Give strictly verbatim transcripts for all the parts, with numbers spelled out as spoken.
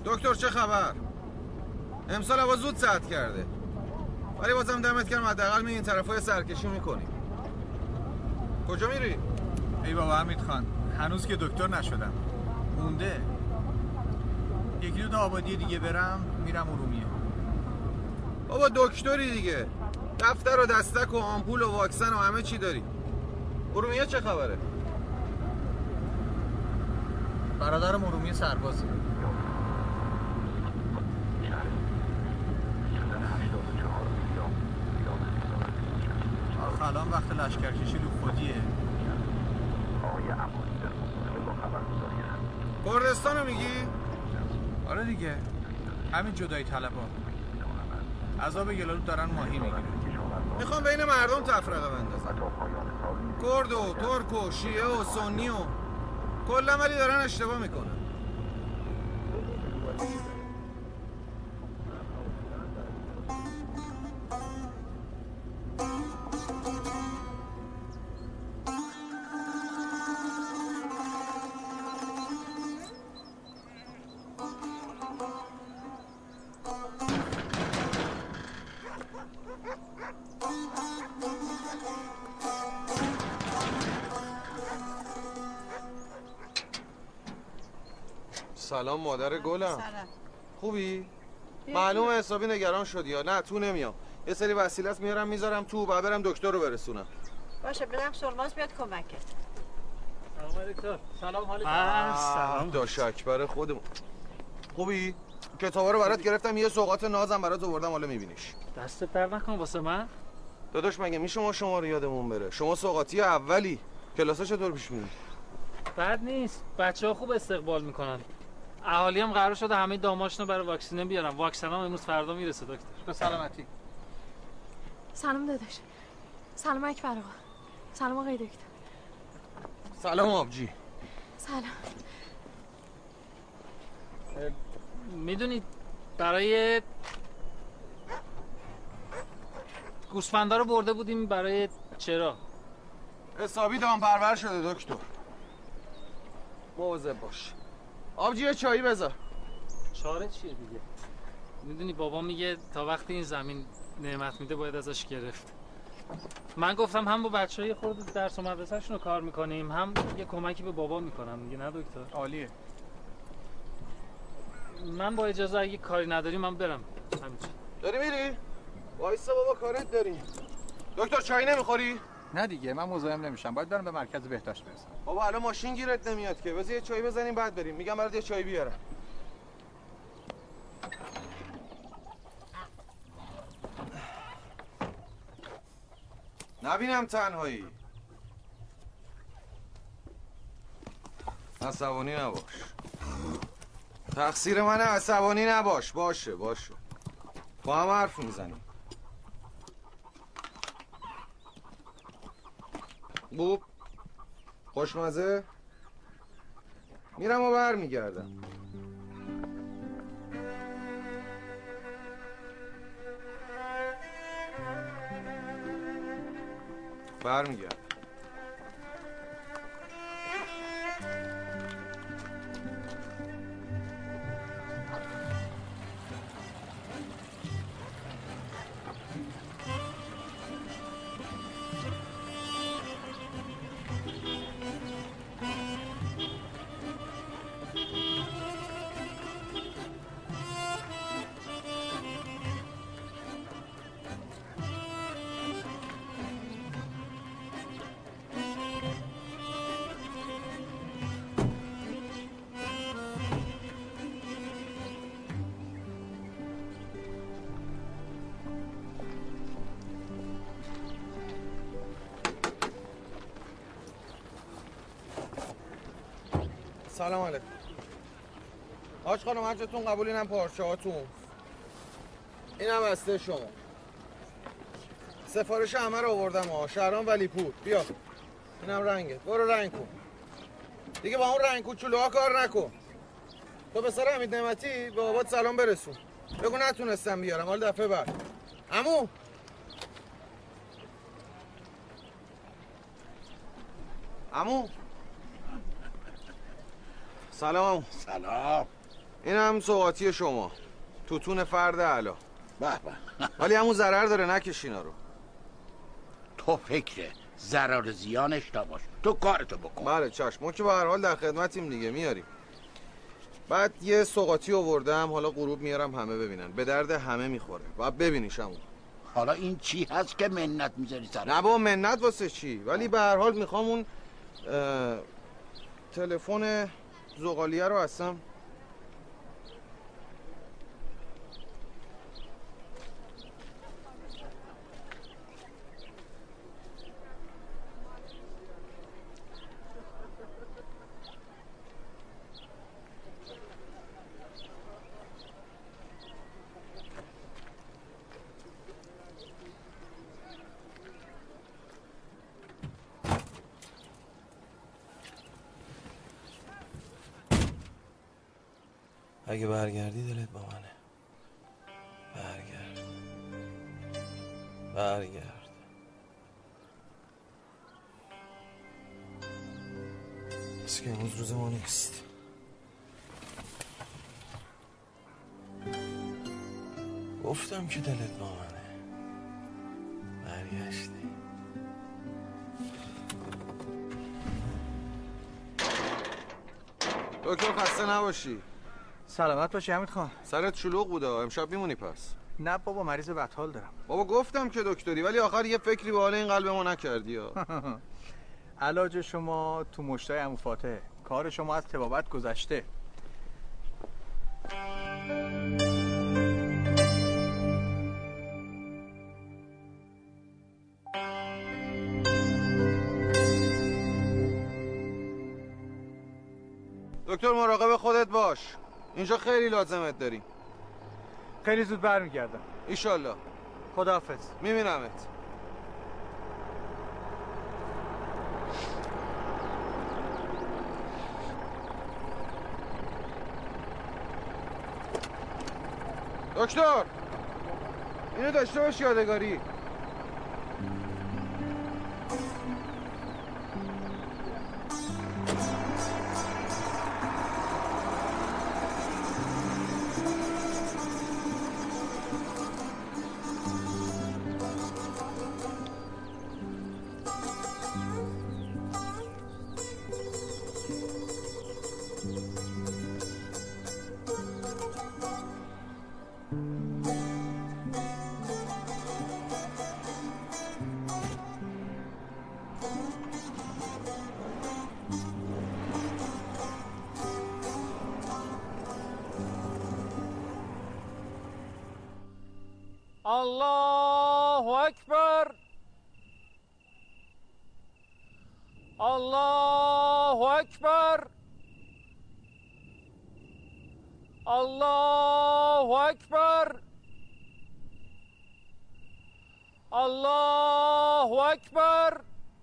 دکتر چه خبر؟ امسال هوا زود سرد کرده، ولی بازم دمت گرم حداقل می این طرفای سرکشی میکنی. کجا میری؟ ای بابا حمید خان، هنوز که دکتر نشدم، مونده. یکی دو تا آبادی دیگه برم میرم ارومیه. بابا دکتری دیگه، دفتر و دستک و آمپول و واکسن و همه چی داری. ارومیه چه خبره؟ برادرم ارومیه سربازه. آخه الان وقت لشکرکشی رو خودیه. کردستانو میگی؟ آره دیگه، همین جدایی طلبا عذاب گلالود دارن ماهی میگیرن. میخوام بین مردم تفرقه بندازن، کرد و ترک و شیعه و سنی و کلا، ولی دارن اشتباه میکنن. سلام مادر گلم. سلام. خوبی؟ معلومه حسابی نگران شدی یا نه؟ تو نمیام، یه سری وسیلت میارم میذارم تو، بعد برم دکتر رو برسونم. باشه بدم سرماز بیاد کمکت. سلام دکتر. سلام حالت؟ سلام داش اکبر خودمون. خوبی؟ کتابا رو برات گرفتم، یه سوغات نازم برات آوردم، حالا میبینیش. دستت در نکن واسه من. داداش مگه میشه ما شما رو یادمون بره؟ شما سوغاتی اولی. کلاسا چطور پیش میره؟ بد نیست، بچه‌ها خوب استقبال میکنن. اهالی هم قرار شده همه داماشونو برای واکسینه بیارن. واکسن هم امروز فردا میرسه دکتر. به سلامتی. سلام داداش. سلام اکبر آقا. سلام آقای دکتر. سلام آبجی. سلام. میدونید برای گوسفندا رو برده بودیم برای چرا؟ حسابی دام پرور شده دکتر. مواظب باش. آبجی یه چایی بذار. چاره چیه دیگه؟ میدونی بابا میگه تا وقتی این زمین نعمت میده باید ازش گرفت. من گفتم هم با بچه‌ها خود درس و مدرسه‌شون رو کار میکنیم، هم یه کمکی به بابا میکنم دیگه، نه دکتر؟ عالیه. من با اجازه اگه کاری نداری من برم. همینجا. داری میری؟ وایسا بابا کارت داریم. دکتر چای نمیخوری؟ نه دیگه، من مزاحم نمیشم، باید برم به مرکز بهداشت برسم. بابا الان ماشین گیرت نمیاد که، بذار یه چای بزنیم بعد بریم. میگم برات یه چای بیارم. نبینم تنهایی. عصبانی نباش. تقصیر منه، عصبانی نباش. باشه باشه، با هم حرف میزنیم. بوب خوشمزه. میرم و بر میگردم. بر میگردم. سلام علیکم. حاج خانم هرچتون قبول، اینم پارچه هاتون، اینم بسته شما. سفارش همه رو آوردم ها. شهرام ولی پور. بیا اینم رنگت، برو رنگ کن دیگه. با اون رنگ کوچولوها کار نکن. تو پسر حمید نعمتی به بابات سلام برسون، بگو نتونستم بیارم، حال دفعه بعد. عمو عمو سلام. سلام. این هم سوغاتی شما. توتون فرد علا. به به. ولی همون ضرر داره، نکش اینا رو. تو فکر ضرر زیانش نباش، تو کارتو بکن. بله چشم، ما که به هر حال در خدمتیم دیگه، میاریم. بعد یه سوغاتی آوردم، حالا غروب میارم همه ببینن، به درد همه میخوره. باید ببینیش همون. حالا این چی هست که منت میذاری سر؟ نه با منت واسه چی، ولی به هر حال میخوام اون تلفن زغالیه رو هستم. اگه برگردی دلت با منه. برگرد برگرد. بس که امروز روز ما نیست. گفتم که دلت با منه. برگشتی. دکتر خسته نباشی. سلامت باشی حمید خان. سرت شلوغ بوده، امشب میمونی پس؟ نه بابا، مریض بطال دارم. بابا گفتم که دکتری، ولی آخر یه فکری به حال این قلب ما نکردی ها. علاج شما تو مشتای عمو فاتحه. کار شما از طبابت گذشته. دکتر مراقب خودت باش، اینجا خیلی لازمت داریم. خیلی زود برمیگردم ایشالله. خداحافظ. میبینمت. دکتر اینو داشته باش یادگاری. الله اکبر، الله اکبر، الله اکبر، الله اکبر.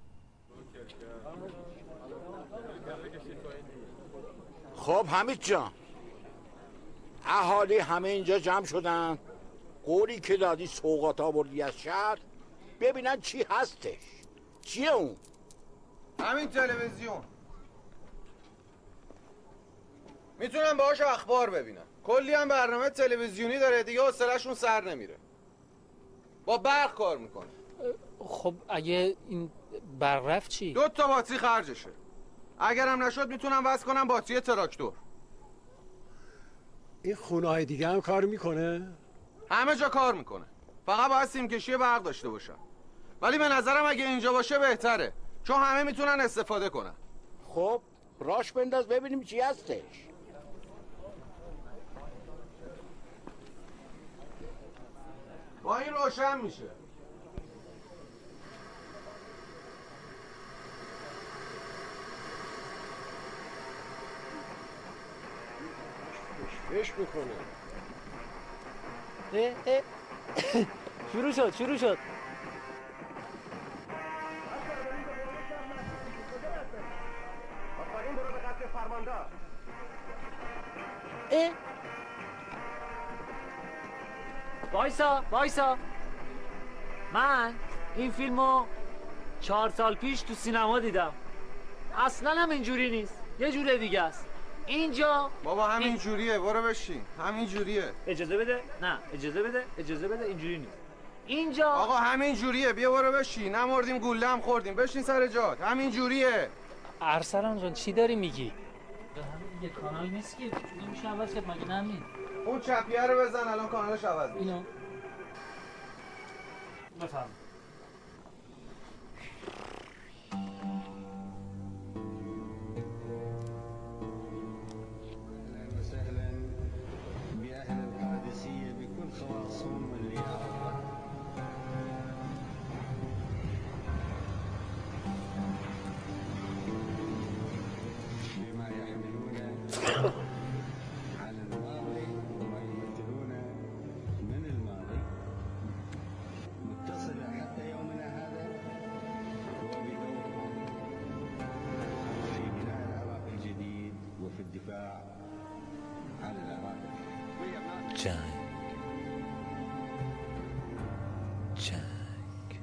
خب حمید جان، اهالی همه اینجا جمع شدن. قولی که دادی سوغات آوردی از شهر، ببینن چی هستش. چیه اون؟ همین تلویزیون. میتونن باهاش اخبار ببینن. کلی هم برنامه تلویزیونی داره دیگه، حوصله‌شون سر نمیره. با برق کار میکنه. خب اگه این برق رفت چی؟ دو تا باتری خرجشه. اگرم نشد میتونم وصل کنم باتری تراکتور. این خونه‌های دیگه هم کار میکنه؟ همه جا کار میکنه، فقط باید سیمکشی برق داشته باشن. ولی به نظرم اگه اینجا باشه بهتره، چون همه میتونن استفاده کنن. خب راش بنداز ببینیم چی هستش. با این روشن میشه. فش میکنه. اه اه. شروع شد شروع شد. اه وایسا وایسا، من این فیلمو چهار سال پیش تو سینما دیدم. اصلا هم اینجوری نیست، یه جور دیگه است. اینجا بابا همین جوریه، برو بشین. همین جوریه. اجازه بده. نه اجازه بده. اجازه بده. اینجوری نیست. اینجا آقا همین جوریه، بیا برو بشین. نمردیم گوله هم خوردیم. بشین سر جات. همین جوریه. ارسلان جان چی داری میگی؟ همین یه کانال نیست که نمیشه عوض کرد مگه نمین؟ اون چپیه رو بزن الان کانالش عوض میشه. اینو بفهم. جنگ جنگ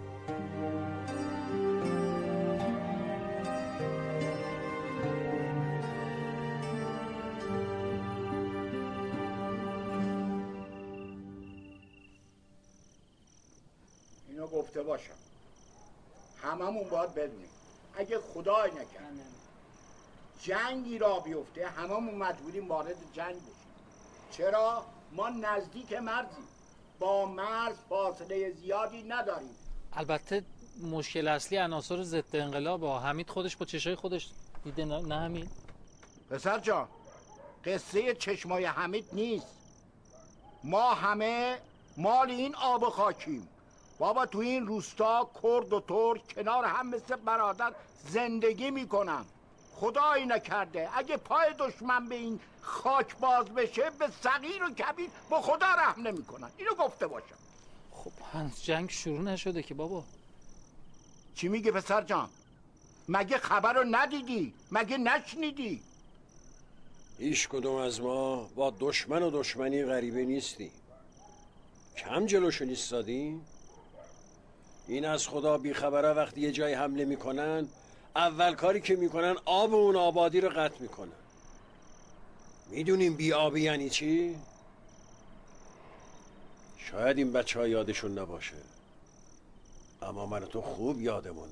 اینو گفته باشم هممون باید بدونیم اگه خدای نکرد جنگی را بیفته هممون مجبوریم وارد جنگ بشیم. چرا؟ ما نزدیک مرزیم، با مرز فاصله زیادی نداریم. البته مشکل اصلی عناصر ضد انقلاب ها. حمید خودش با چشای خودش دیده، نه, نه همین؟ پسر جان قصه چشمای حمید نیست. ما همه مال این آب و خاکیم. بابا تو این روستا کرد و ترک کنار هم مثل برادر زندگی میکنن. خدایی نکرده اگه پای دشمن به این خاک باز بشه به صغیر و کبیر با خدا رحم نمیکنن. اینو گفته باشم. خب هنوز جنگ شروع نشده که بابا. چی میگه پسر جان؟ مگه خبر رو ندیدی؟ مگه نشنیدی؟ هیچ کدوم از ما با دشمن و دشمنی غریبه نیستیم. کم جلوشو ایستادیم. این از خدا بیخبره وقتی یه جای حمله میکنن اول کاری که میکنن آب اون آبادی رو قطع میکنن. میدونیم بی آبی یعنی چی؟ شاید این بچه ها یادشون نباشه اما من تو خوب یادمونه.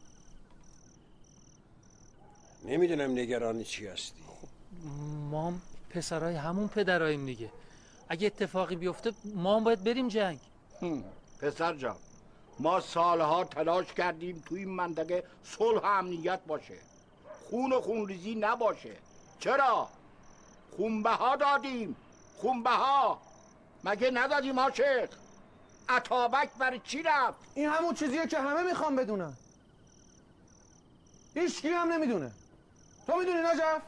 نمیدونم نگرانی چی هستی. ما هم پسرای همون پدراییم دیگه. اگه اتفاقی بیفته ما هم باید بریم جنگ. پسر جان ما سالها تلاش کردیم توی این منطقه صلح و امنیت باشه، خون و خونریزی نباشه. چرا؟ خونبه ها دادیم. خونبه ها مگه ندادیم عاشق؟ عطابک برای چی رفت؟ این همون چیزیه که همه میخوام بدونن. هیچ کی هم نمیدونه. تو میدونی نجف؟ نه.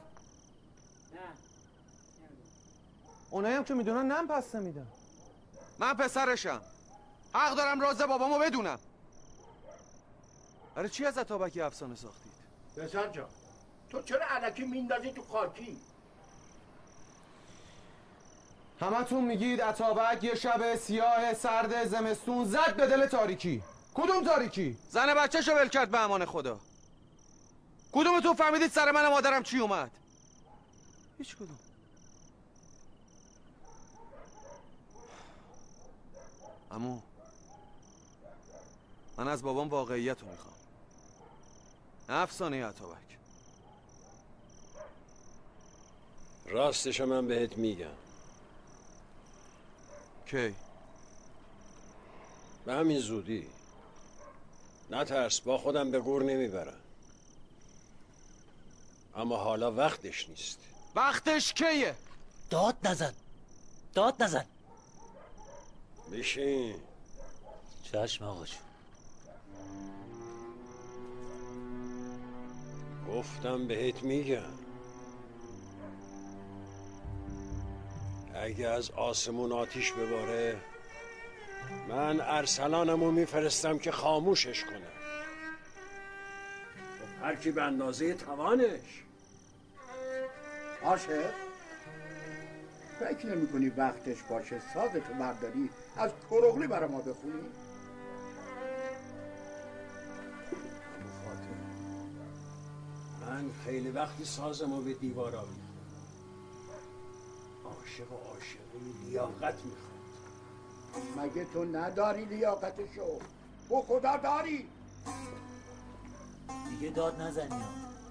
اونایی هم که میدونن نم پس نمیدن. من پسرشم، حق دارم راز بابامو بدونم. برای چی از عطابکی افسانه ساختید؟ پسر جان تو چرا الکی میندازی تو خاکی؟ همتون میگید عطابک یه شب سیاه سرد زمستون زد به دل تاریکی. کدوم تاریکی؟ زن بچه‌شو ول کرد به امان خدا. کدومتون فهمیدید سر من مادرم چی اومد؟ هیچ کدوم. عمو من از بابام واقعیت رو میخوام، نه افسانه عطابک. راستشو من بهت میگم. کی؟ به همین زودی. نترس با خودم به گور نمیبرم. اما حالا وقتش نیست. وقتش کیه؟ داد نزن. داد نزن. بشین. چشم آقا جون. گفتم بهت میگم اگه از آسمون آتیش بباره من ارسلانمو میفرستم که خاموشش کنه. خب هر کی به اندازه توانش. عاشق فکر نمی کنی وقتش باشه سازتو برداری از کرغلی برای ما بخونی؟ من خیلی وقتی سازمو به دیوار آویختم. عاشق و عاشقی لیاقت میخواد. مگه تو نداری لیاقتشو؟ تو خدا داری؟ دیگه داد نزنی.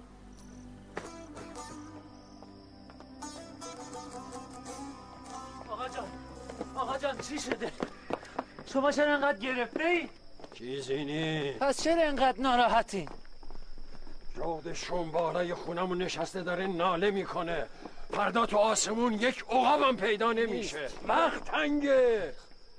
آقا جان آقا جان چی شده؟ شما چرا انقدر گرفته ای؟ چیزی نی. پس چرا انقدر ناراحتین؟ جغدشون بالای خونمون نشسته داره ناله میکنه. فردا تو آسمون یک عقابم پیدا نمیشه. وقت تنگه.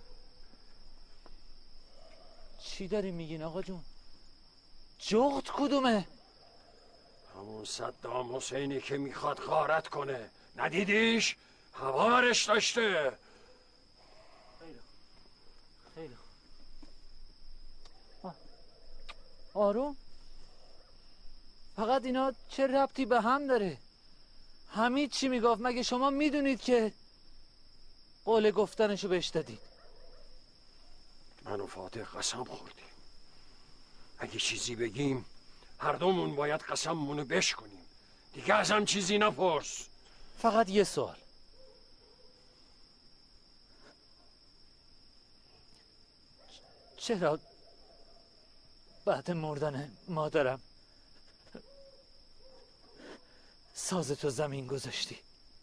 چی داری میگین آقا جون؟ جغد کدومه؟ همون صدام حسینی که میخواد غارت کنه. ندیدیش؟ هوا برش داشته. خیلی خیلی آروم. فقط اینا چه ربطی به هم داره؟ حمید چی میگفت؟ مگه شما میدونید که قول گفتنشو بهش دادید؟ من و فاتح قسم خوردیم اگه چیزی بگیم هر دومون باید قسممونو بشکنیم. دیگه ازم چیزی نپرس. فقط یه سوال. چرا بعد مردن مادرم سازتو زمین گذاشتی؟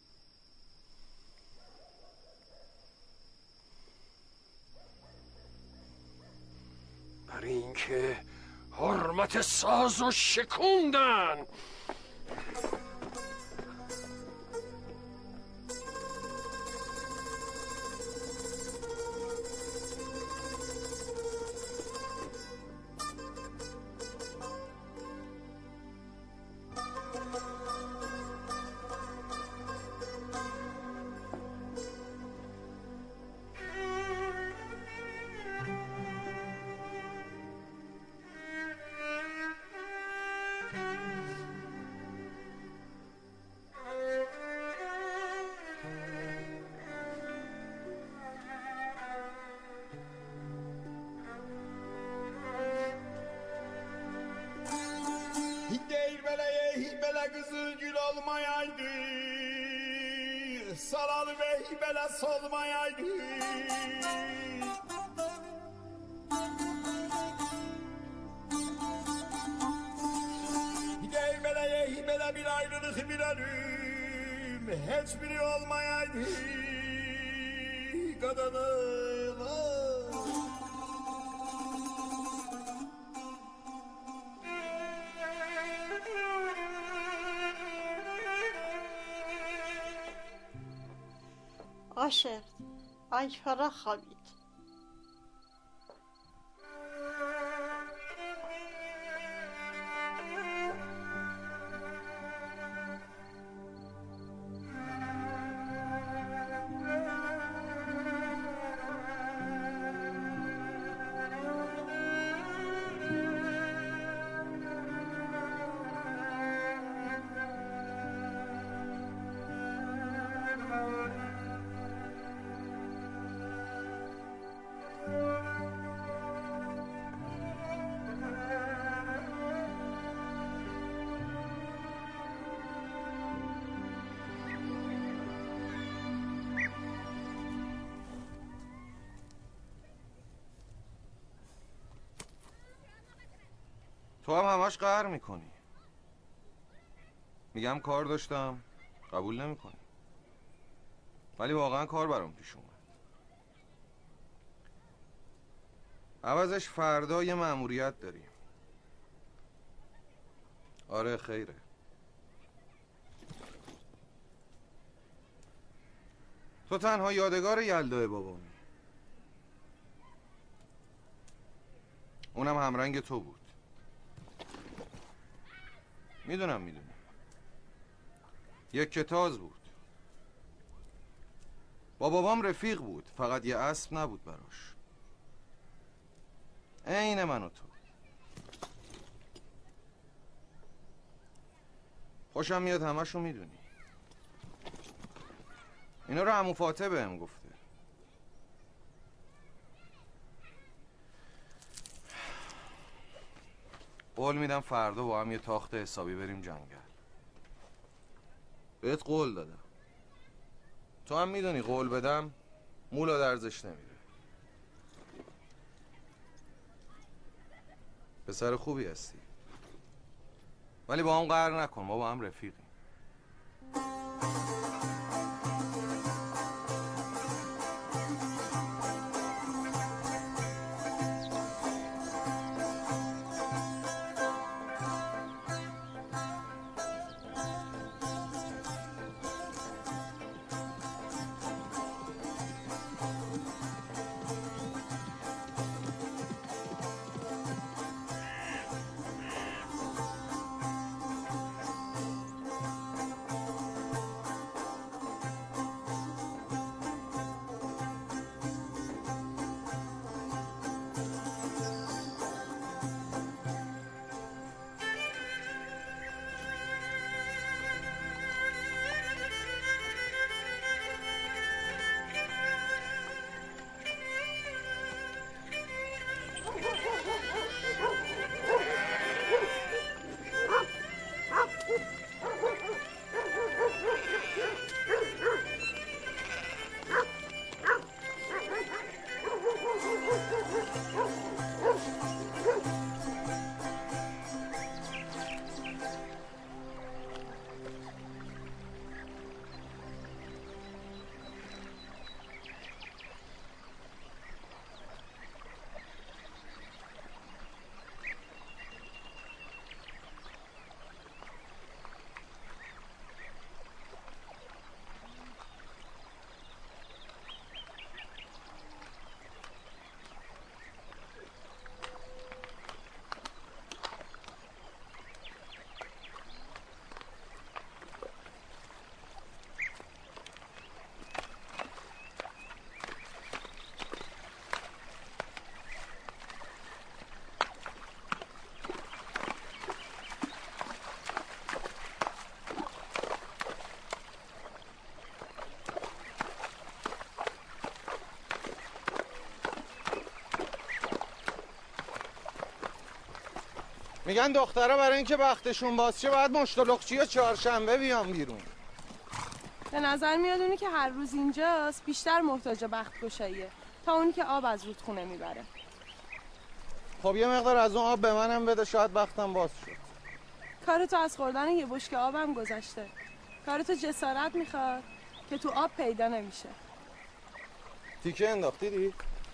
برای اینکه حرمت سازو شکوندن. Hiçbiri olmayaydı kadınım. عاشق عیفرا خوابید. تو هم همش قهر میکنی. میگم کار داشتم قبول نمیکنی، ولی واقعا کار برام پیش اومد. عوضش فردا یه مأموریت داریم. آره خیره. تو تنها یادگار یلدای بابامی. اونم همرنگ تو بود. میدونم میدونم. یک کتاز بود. با بابام رفیق بود، فقط یه اسب نبود براش. عین من و تو. خوشم میاد همشو میدونی. اینا رو عمو فاتح بهم گفته. قول میدم فردا با هم یه تاخت حسابی بریم جنگل. بهت قول دادم. تو هم میدونی قول بدم مولا درزش نمیره. پسر خوبی هستی ولی با هم قهر نکن، ما با هم رفیقیم. میگن دخترها برای اینکه بختشون باز شه باید مشت و لقچی و چهارشنبه بیان بیرون. به نظر میاد اونی که هر روز اینجاست بیشتر محتاج بخت گشاییه تا اونی که آب از رودخونه میبره. خب یه مقدار از اون آب به منم بده، شاید بختم باز شد. کار تو از خوردن یه بشکه آبم گذشته. کار تو جسارت میخواد که تو آب پیدا نمیشه. تیکه انداختی دی؟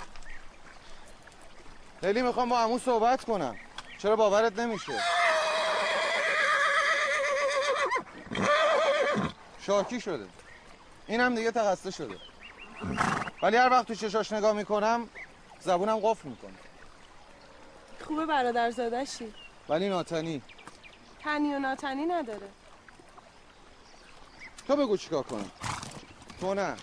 لیلی میخوام با عمو صحبت کنم. چرا باورت نمیشه؟ شاکی شده. اینم دیگه تخصص شده. ولی هر وقت تو چشاش نگاه میکنم زبونم قفل میکنه. خوبه برادرزادشی. ولی ناتنی. تنی و ناتنی نداره. تو بگو چیکار کنم. تو نه.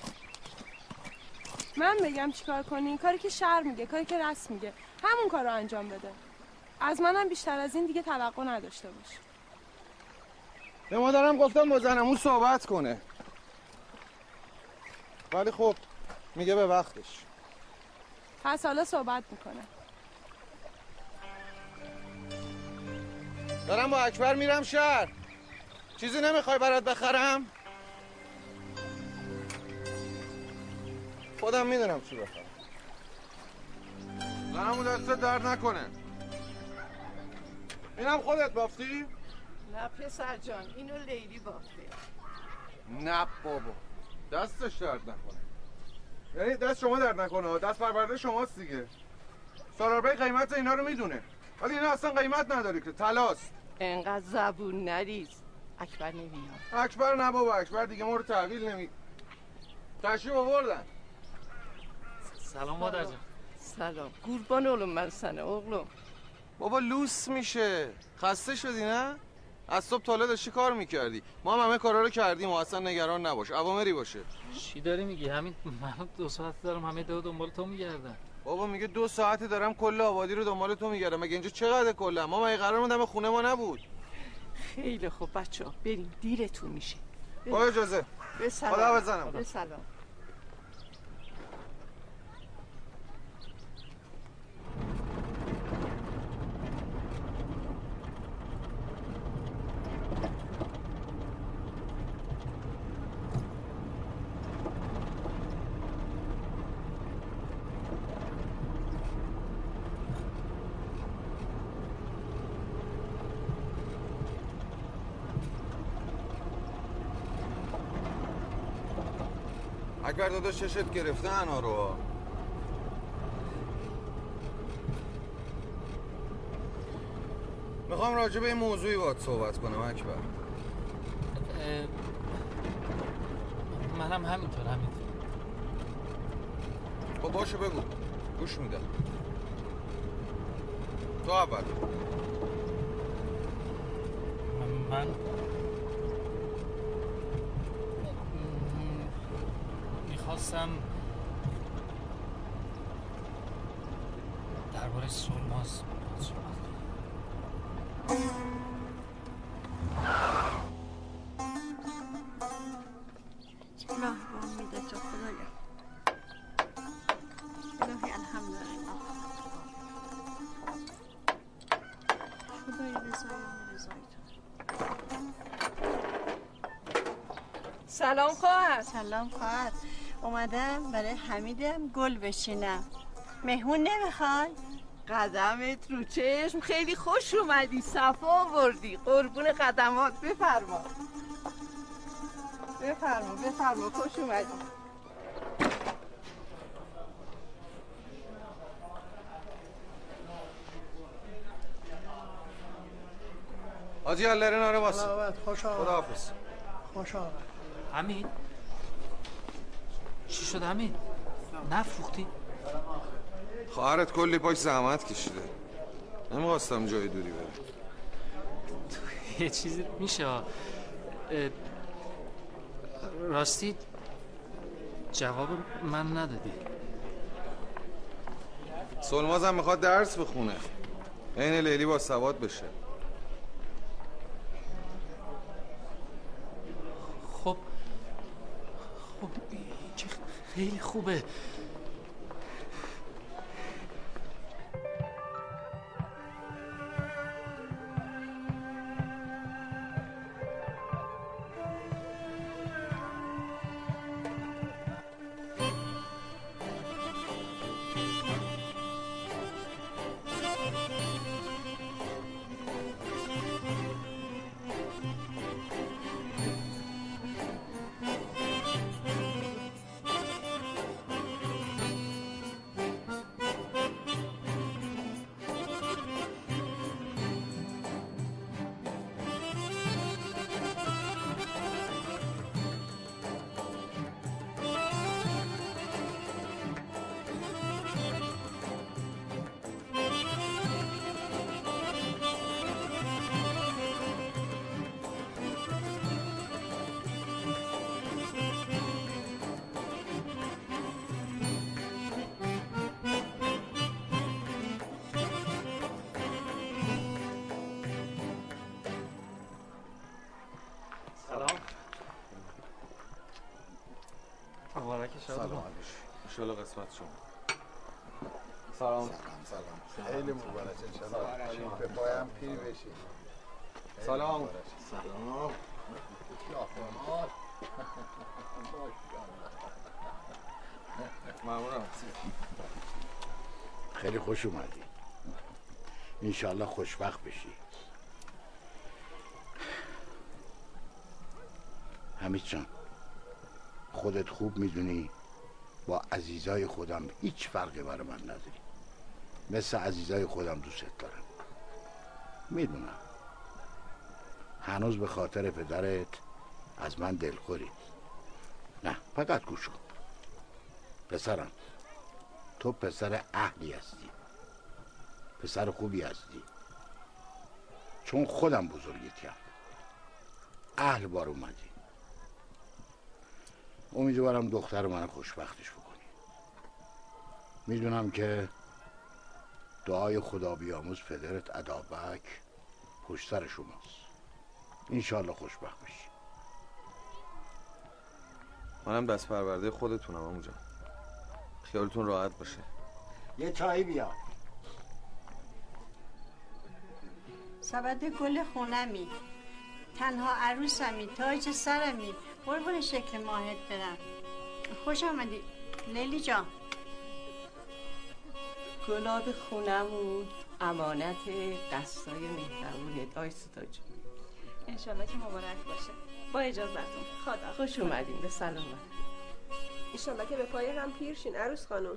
من بگم چیکار کنی؟ کاری که شهر میگه، کاری که رسم میگه، همون کار رو انجام بده. از منم بیشتر از این دیگه توقع نداشته باش. به مادرم گفتم با زنمون صحبت کنه. ولی خب میگه به وقتش. پس حالا صحبت میکنه. دارم با اکبر میرم شهر. چیزی نمیخوای برات بخرم؟ خودم میدونم چی بخرم. زنمون دستت درد نکنه. اینم خودت بافتی؟ نه پسر جان، اینو لیلی بافته. نه بابا دستش درد نکنه. یعنی دست شما درد نکنه، دست پرورده شماست دیگه. سالاربی قیمت اینا رو میدونه ولی اینا اصلا قیمت نداره که طلاست. انقدر زبون نریز. اکبر نمیاد. اکبر نه بابا، اکبر دیگه ما رو تحویل نمی تشریف آوردن. سلام مادر جان. سلام. قربان اولم من سنه اغلم. بابا لوس میشه. خسته شدی نه؟ از صبح تا حالا داشتی کار میکردی. ما هم همه کارا رو کردیم و اصلا نگران نباش. اوامری باشه. چی داری میگی؟ همین من دو ساعت دارم همه دو دنبال تو میگردم. بابا میگه دو ساعتی دارم کل آبادی رو دنبال تو میگردم. مگه اینجا چقدر کلا؟ ما مگه قرار دم خونه ما نبود؟ خیلی خوب بچه‌ها بریم دیرتون میشه. با اجازه. به سلام. خدا بزنم. به سلام. اکبر داداش چشت گرفته انا رو. میخوام راجع به این موضوعی باهات صحبت کنم اکبر. منم همینطور همینطور. خب باشه بگو، گوش میدم. تو اول. من میخواستم درباره سلماز صحبت چه محروم میده تو خدایا. الهی الحمدلله. خدای رضای رضای تو. سلام خواهر. سلام خواهر. اومدم برای حمیدم گل بشینم. مهمون نمیخوای؟ قدمت رو چشم، خیلی خوش اومدی، صفا آوردی. قربون قدمات. بفرما بفرما بفرما، خوش اومدی. حاجی اللره ناره واسه. خوش آمد. خداحافظ. خوش آمد. حمید چی شد حمید؟ نفروختی؟ خواهرت کلی پاش زحمت کشیده. نمیخواستم جای دوری بره. یه چیزی میشه راستی جواب من ندادی. سلمازم میخواد درس بخونه، عین لیلی با سواد بشه. خب خب که خیلی خوبه. سلام انشالله قسمت شما. سلام سلام. خیلی مبارک انشالله به پایم پیر بشی. سلام. سلام. ممنونم. خیلی خوش اومدی. انشالله خوشبخت بشی. حمید جان، خودت خوب میدونی با عزیزای خودم هیچ فرقی برای من نداری. مثل عزیزای خودم دوست دارم. میدونم هنوز به خاطر پدرت از من دلخوری. نه فقط گوش کن پسرم، تو پسر اهلی هستی، پسر خوبی هستی. چون خودم بزرگت کردم، اهل بار اومدی. امیدوارم دختر من خوشبختش بکنی. میدونم که دعای خدا بیاموز پدرت ادابک پشت سر شماست. انشالله خوشبخت بشی. منم دست پرورده خودتونم عمو جان. خیالتون راحت باشه. یه چایی بیا. سبد گل خونمی، تنها عروسمی، تاج سرمی، قربون شکل ماهت برم. خوش آمدی لیلی جان. گلاب خونمون امانت دستای مهربونت آیسو تاج. انشالله که مبارک باشه. با اجازتون. خدا. خوش اومدین. به سلامت. ایشالله که به پای هم پیرشین عروس خانم.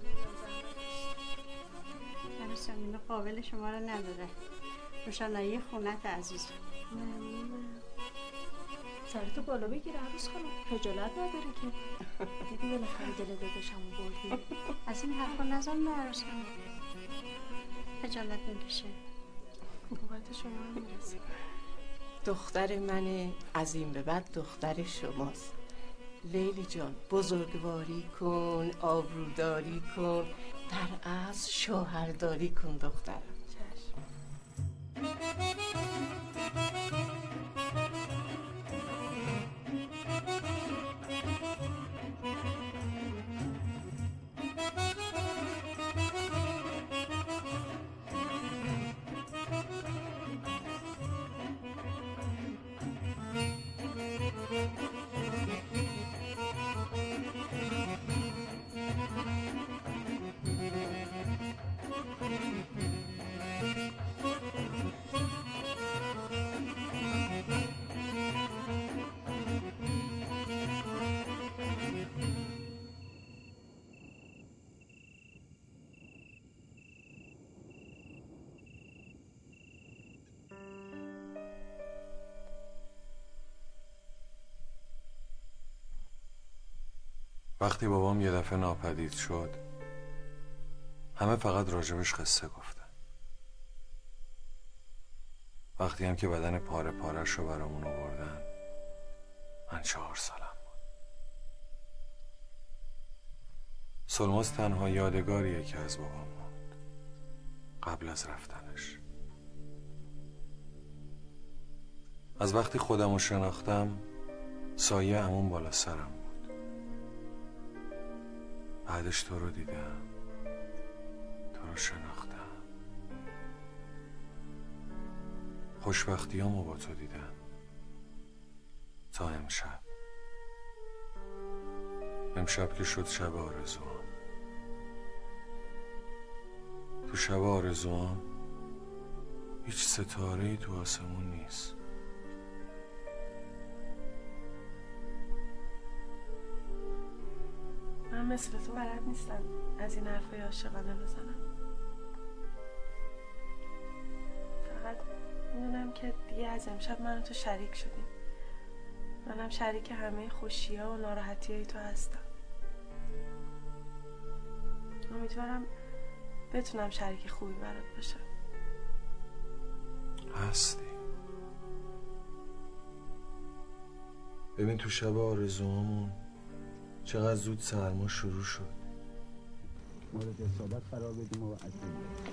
عروس خانم قابل شما رو نداره. روشنایی خونت عزیز. ممنونم. سرتو بالا بگیر عروس خانم، خجالت نداره که. دیدی بالاخره دل داداشمو بردی. از این حرفا نزن به عروس خانم. خجالت نمیشه. نوبت شما هم میرسه. دختر من از این به بعد دختر شماست. لیلی جان بزرگواری کن، آبروداری کن، در اصل شوهرداری کن دخترم. وقتی بابام یه دفعه ناپدید شد همه فقط راجبش قصه گفتن. وقتی هم که بدن پاره پارش رو برامون آوردن من چهار سالم بود. سلماس تنها یادگاریه که از بابام موند قبل از رفتنش. از وقتی خودم رو شناختم سایه عموم بالا سرم بود. بعدش تو رو دیدم، تو رو شناختم، خوشبختیامو با تو دیدم تا امشب. امشب که شد شب آرزوام. تو شب آرزوام هیچ ستاره‌ای تو آسمون نیست. من مثل تو بلد نیستم از این حرفای عاشقانه بزنم. فقط میدونم که دیگه از امشب من و تو شریک شدیم. منم شریک همه خوشی‌ها و ناراحتی‌های تو هستم. امیدوارم بتونم شریک خوبی برات باشم. هستی. ببین تو شب آرزوامون چقدر زود سرما شروع شد. مورد اصابت قرار بدیم و اصیل.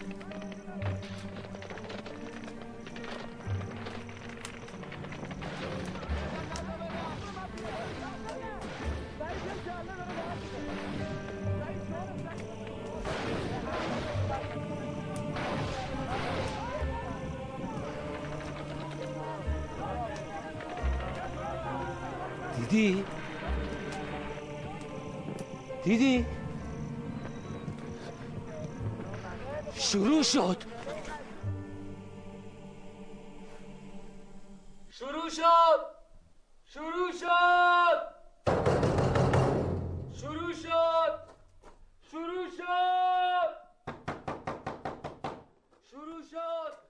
دیدی؟ دیدی؟ شروع شد. شروع شد. شروع شد. شروع شد. شروع شد. شروع شد.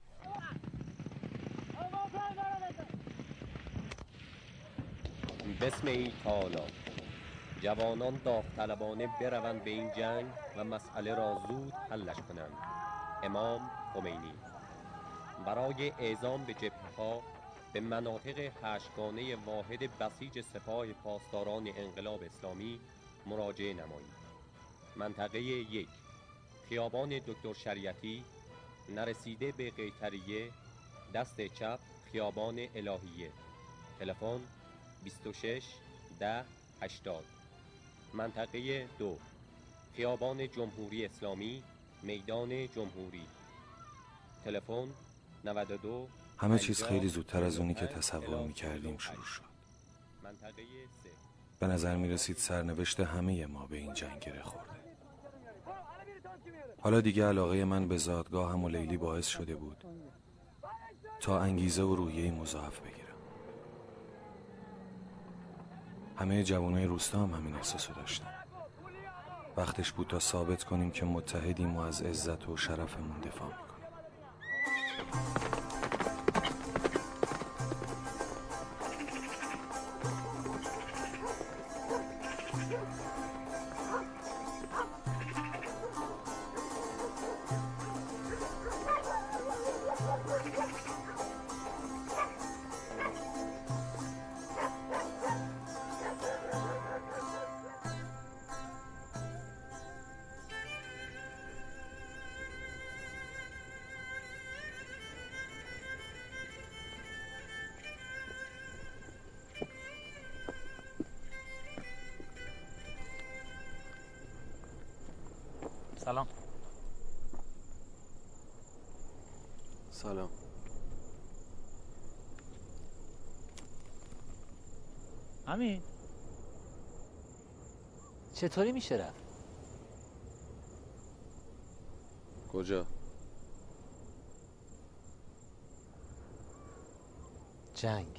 بسم ای تعالی. جوانان داوطلبانه بروند به این جنگ و مسئله را زود حلش کنند. امام خمینی. برای اعزام به جبهه‌ها به مناطق هشتگانه واحد بسیج سپاه پاسداران انقلاب اسلامی مراجعه نمایید. منطقه یک، خیابان دکتر شریعتی، نرسیده به قیطریه، دست چپ، خیابان الهیه. تلفن بیست و شش ده هشتاد. منطقه دو، خیابان جمهوری اسلامی، میدان جمهوری. تلفن نود و دو. همه چیز خیلی زودتر از اونی که تصور میکردیم شروع شد. منطقه سه. به نظر میرسید سرنوشت همه ما به این جنگ گره خورده. حالا دیگه علاقه من به زادگاهم و لیلی باعث شده بود تا انگیزه و روحیه مضاعف بگیرم. همه جوانای روستا هم همین احساسو داشتن. وقتش بود تا ثابت کنیم که متحدیم و از عزت و شرفمون دفاع میکنیم. سلام. سلام. امین چطوری میشه رفت؟ کجا؟ جنگ.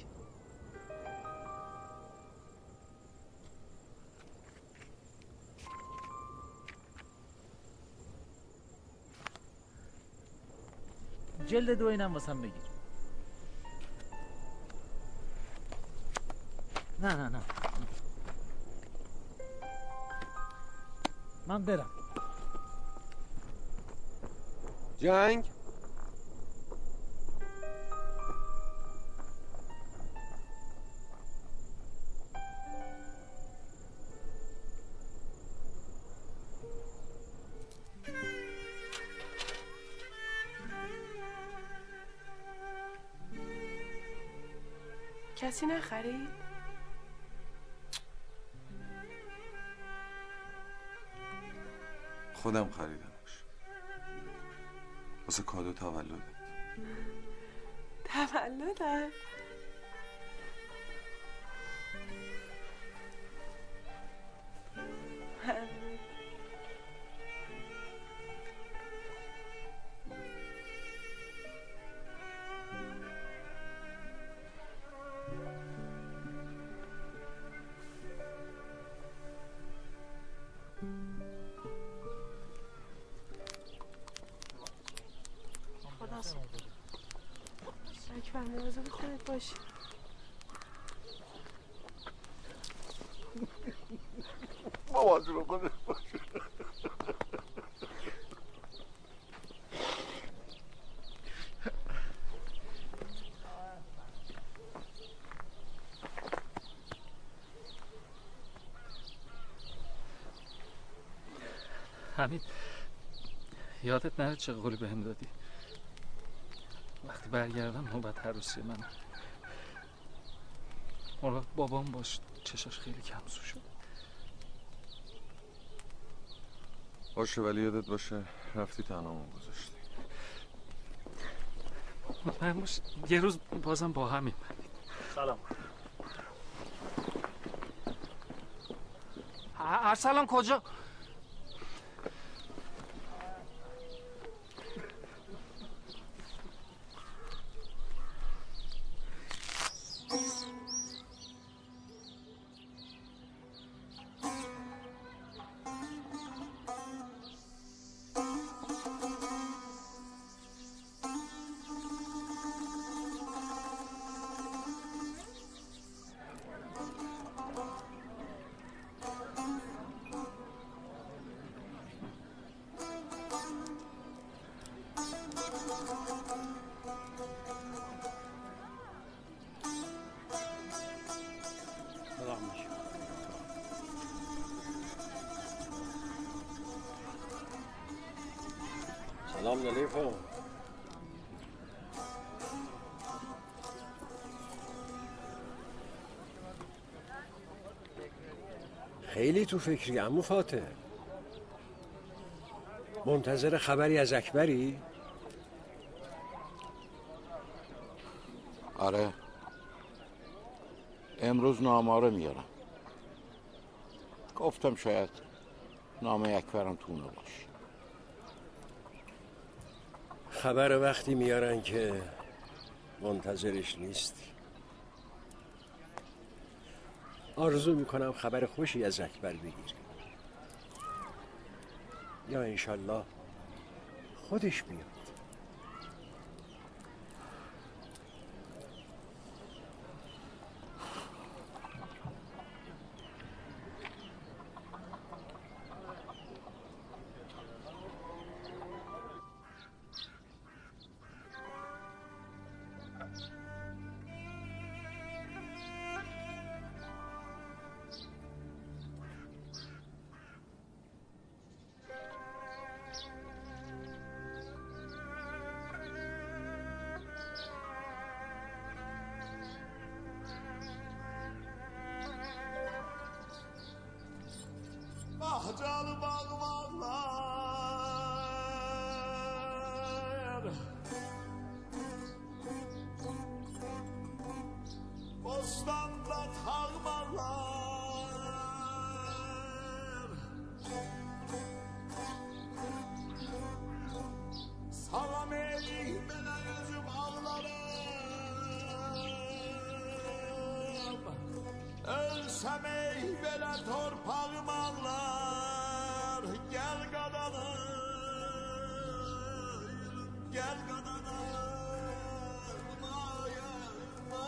جلد دو اینم واسم بگیر. نه نه نه من برم. جنگ؟ کسی نخرید؟ خودم خریدمش واسه کادو تولدت. تولدت؟ مواظب خودت باشی. مواظب خودت باشی. حمید یادت نره چه قولی بهم دادی؟ وقتی برگردم نوبت عروسی من. اون وقت بابام باش چشاش خیلی کمسو شد. باشه ولی یادت باشه رفتی تنهامون گذاشتی. مطمئن باش یه روز بازم با همیم. سلام. ارسلان کجا؟ سلام علیکم. خیلی تو فکری عمو فاتح. منتظر خبری از اکبری؟ آره امروز نامه رو میارم. گفتم شاید نامه اکبرم تو اونو باشه. خبر وقتی میارن که منتظرش نیستی. آرزو میکنم خبر خوشی از اکبر بگیری، یا انشالله خودش بیاد. Bahçalı bağlar, bostanda tağmalar, salam eğilip bana yüzüm ağlarım, ölsem ey bela torpağım ağlar. Gel kadanayım, gel kadanayım, ay, ay,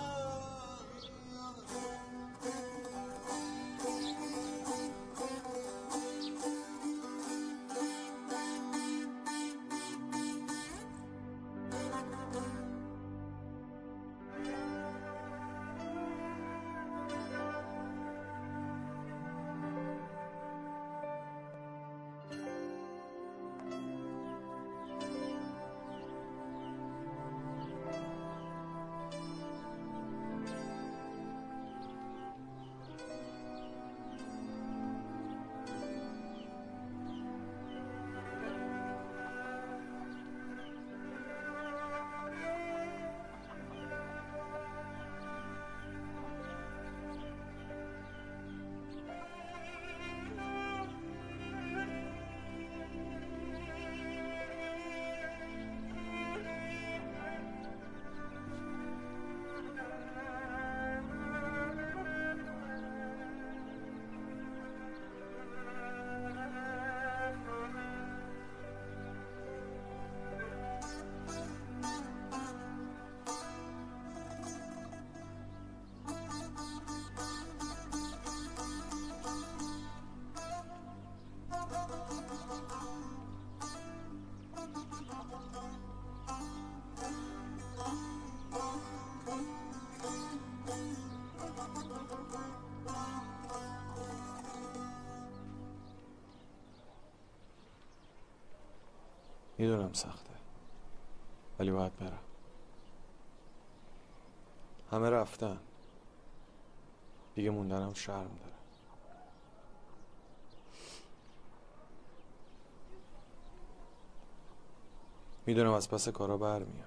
میدونم سخته ولی باید برم. همه رفتن، دیگه موندنم شرم داره. میدونم از پس کارا برمیای،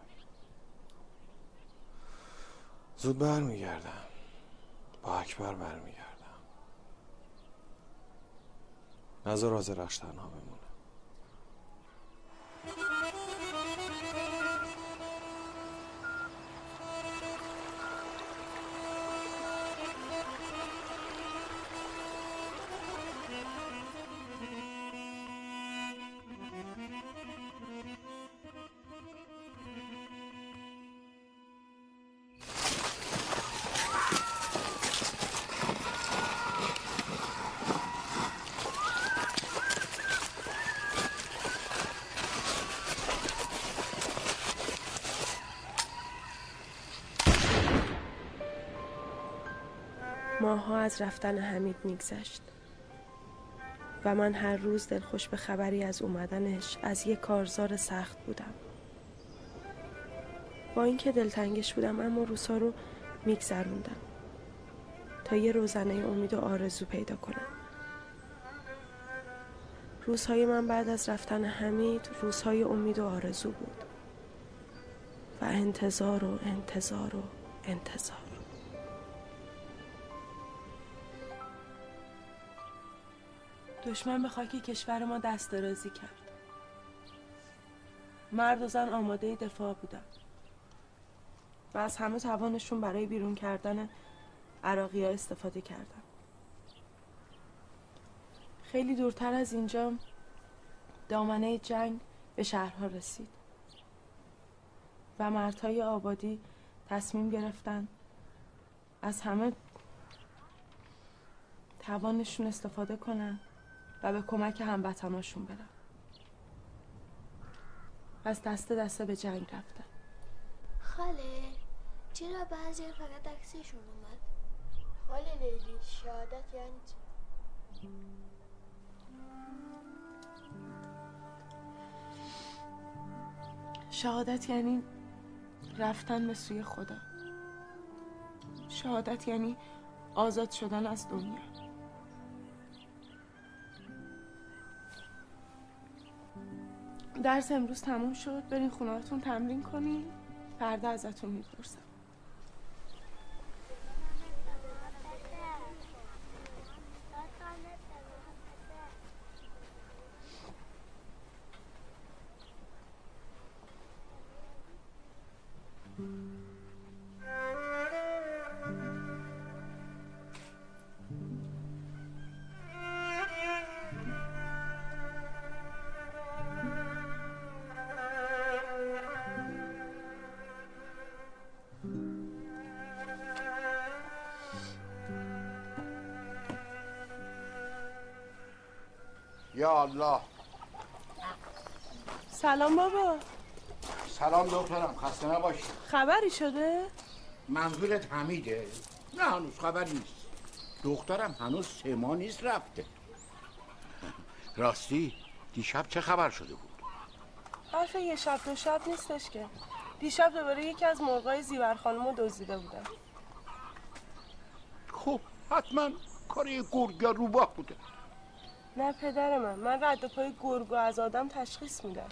زود برمیگردم، با اکبر برمیگردم. نذار آذرخش تنها بمونه. ماه‌ها از رفتن حمید میگذشت و من هر روز دلخوش به خبری از اومدنش از یک کارزار سخت بودم. با اینکه دلتنگش بودم اما روزها رو میگذروندم تا یه روزنه امید و آرزو پیدا کنم. روزهای من بعد از رفتن حمید روزهای امید و آرزو بود و انتظار و انتظار و انتظار. دشمن به خاک کشور ما دست درازی کرد. مرد و زن آماده دفاع بودن و از همه توانشون برای بیرون کردن عراقی‌ها استفاده کردن. خیلی دورتر از اینجا دامنه جنگ به شهرها رسید و مردهای آبادی تصمیم گرفتن از همه توانشون استفاده کنن و به کمک هموطناشون برن. پس دسته دسته به جنگ رفتن. خاله چرا بعضی فقط عکسشون اومد؟ خاله لیلی شهادت یعنی چی؟ شهادت یعنی رفتن به سوی خدا. شهادت یعنی آزاد شدن از دنیا. درس امروز تموم شد، برین خونهاتون تمرین کنین، فردا ازتون میپرسم. یا الله. سلام بابا. سلام دخترم، خسته نباشی. خبری شده؟ منظورت حمیده؟ نه هنوز خبری نیست. دخترم هنوز سه ماه نیست رفته. راستی دیشب چه خبر شده بود؟ حرف یه شب دو شب نیستش که. دیشب دوباره یکی از مرغای زیور خانمو دزدیده بودن. خب حتما کار یه گرگ یا روباه بوده. نه پدر من، من رد پای گرگو از آدم تشخیص میدم.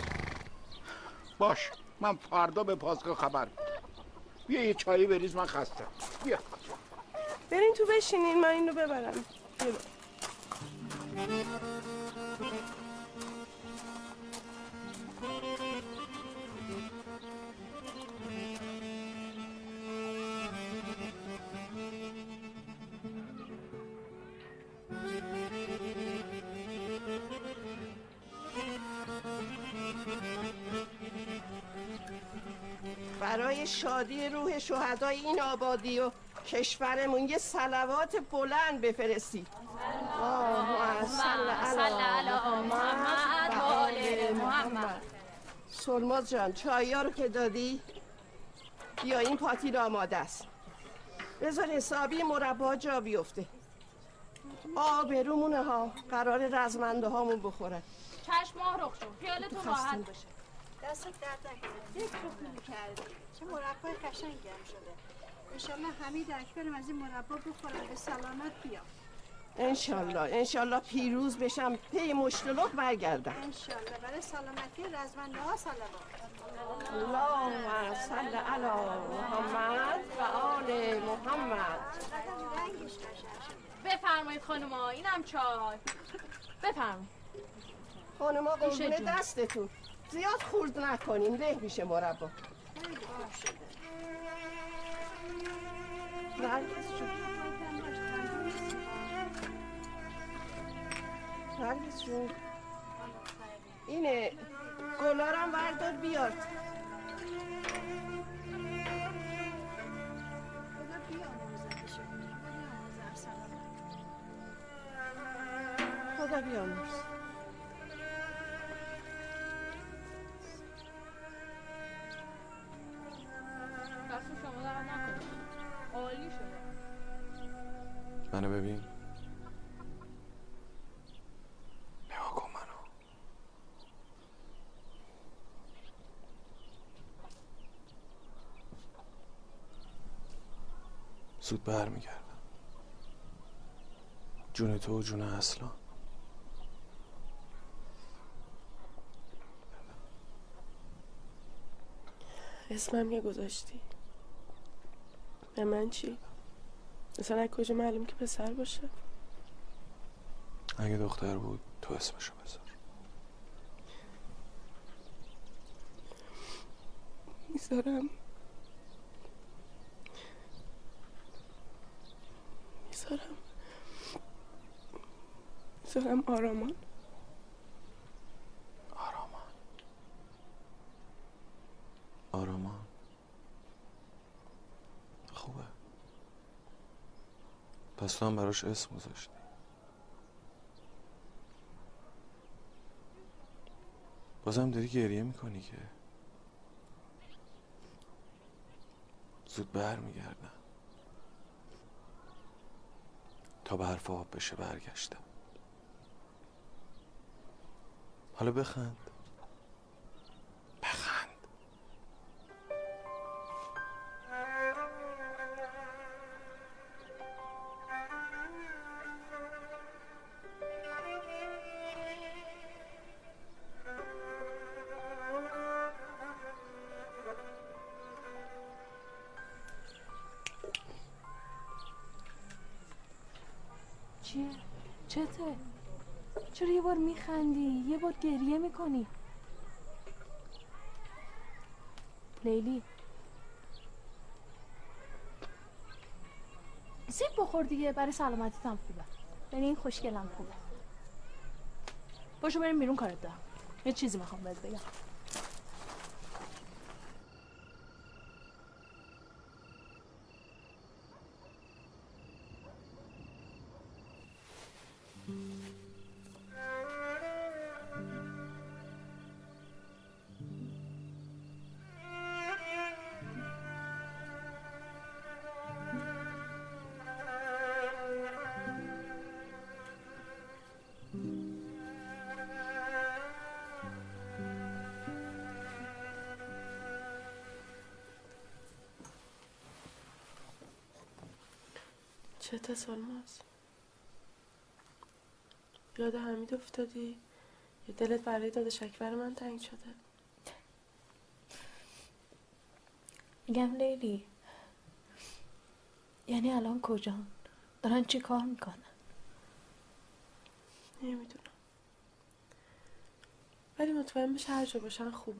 باش، من فردا به پاسگاه خبر میدم. بیا یه چایی بریز، من خستم. بیا برین تو بشینین، من اینو ببرم. بیا. برای شادی روح شهدای این آبادی و کشورمون یه صلوات بلند بفرستید. اللهم صل علی محمد و آل محمد. سلماز جان چاییا رو که دادی بیا، این پاتیل آماده است. بذار حسابی مربا جا بیفته. آبرومونه ها، قرار رزمنده هامون بخورن. چشم ماه رخ شد، خیالتون راحت باشه. دستت درد نکنه. یک خوب کردی. چه مربای قشنگی هم شده. انشالله حمید اکبرم از این مربا بخورن به سلامت بیام. انشالله انشالله پیروز بشم، پی مشتلق برگردم. انشالله برای سلامتی رزمنده ها صلوات. اللهم صل علی محمد و آل محمد. رنگش قشنگ شده. بفرمایید خانوما، اینم چای. بفرمایید. خانوما قربونه دستتون. زیاد خورد نکنین، له میشه مربا. خیلی خوب شده. نرگس جون. نرگس جون. اینه گلارم وردار بیار. خدا بیامرز. دست شما درد نکنه. عالی شده. منو ببین. نگاه کن منو. زود برمیگردم. جون تو و جون اصلا. اسمم که گذاشتی به من چی؟ مثلا از کجا معلوم که پسر باشه؟ اگه دختر بود تو اسمشو بذار. میذارم میذارم منظورم آرامان. آرامان آرامان خوبه. پس تو هم براش اسم گذاشتی. بازم داری گریه میکنی که زود بر میگردم تا به حرف آب بشه. برگشتم. حالا بخند بخند. چیه؟ چته؟ چرا یه بار میخندی؟ یه بار گریه میکنی؟ لیلی سیب بخور دیگه، برای سلامتیت هم خوبه. یعنی این خوشگلم خوبه. باشو بریم بیرون، کارت دارم. یه چیزی میخوام بهت بگم. چته سلماس؟ یاد حمید افتادی؟ یا دلت برای داداش اکبر من تنگ شده؟ میگم لیلی، یعنی الان کجان؟ دارن چی کار میکنن؟ نمیدونم، ولی مطمئن بشه هر جا باشن خوبم.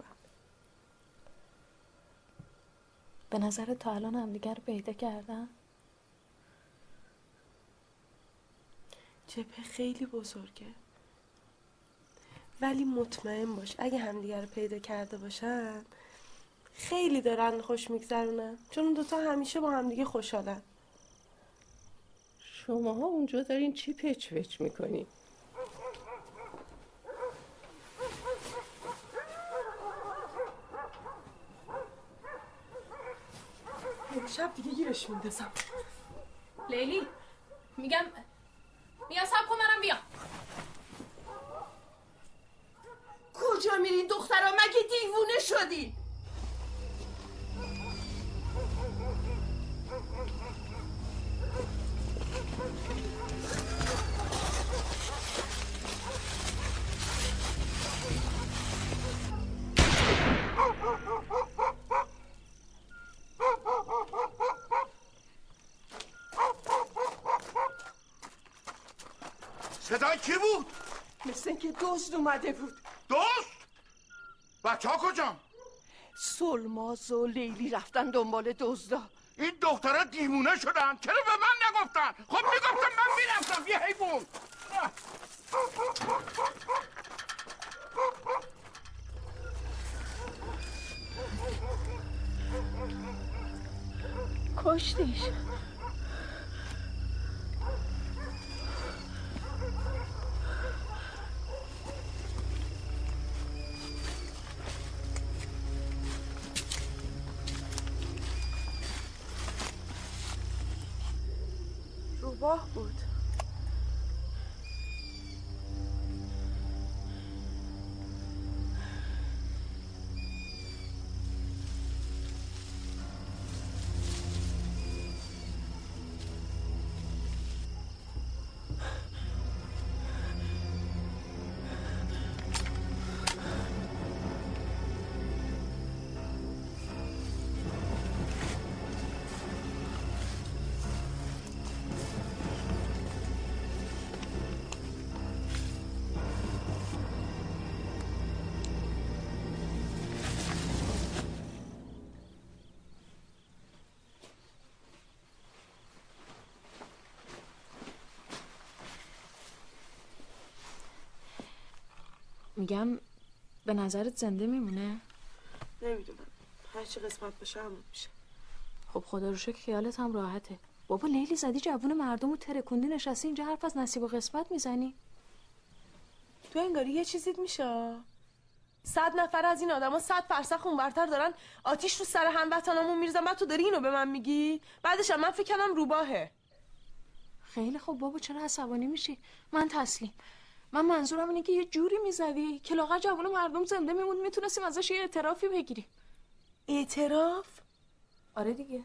به نظر تا الان همدیگر رو پیدا کردن؟ جبهه خیلی بزرگه، ولی مطمئن باش اگه همدیگر رو پیدا کرده باشن خیلی دارن خوش میگذرونن، چون اون دوتا همیشه با همدیگه خوشحالن. شماها اونجا دارین چی پچ پچ میکنین؟ شب دیگه گیرش میندازم. لیلی میگم میگم سب کن منم بیام. کجا میرین دخترها؟ مگه دیوونه شدی؟ صدای کی بود؟ مثل اینکه دزد اومده بود. دزد؟ بچه ها کجا؟ سلماز و لیلی رفتن دنبال دزدا. این دخترها دیوونه شدن، چرا به من نگفتن؟ خب میگفتم من میرفتم یه حیوان. کشتیش. روباه بود. میگم به نظرت زنده میمونه؟ نمیدونم، هرچی قسمت بشه همون میشه. خب خدا رو شکر خیالت هم راحته. بابا لیلی زدی جوون مردم رو ترکوندی نشستی اینجا حرف از نصیب و قسمت میزنی؟ تو انگاری یه چیزیت میشه. صد نفر از این آدما صد فرسخ اونورتر دارن آتیش رو سر هموطنامون میریزن، بعد تو داری اینو به من میگی؟ بعدش هم من فکر کنم روباهه. خیلی خب بابا چرا عصبانی میشی؟ من تسلیم. من منظورم اینه که یه جوری میزدی که لاغر جوون مردم زنده میموند، میتونستیم ازش یه اعترافی بگیریم. اعتراف؟ آره دیگه.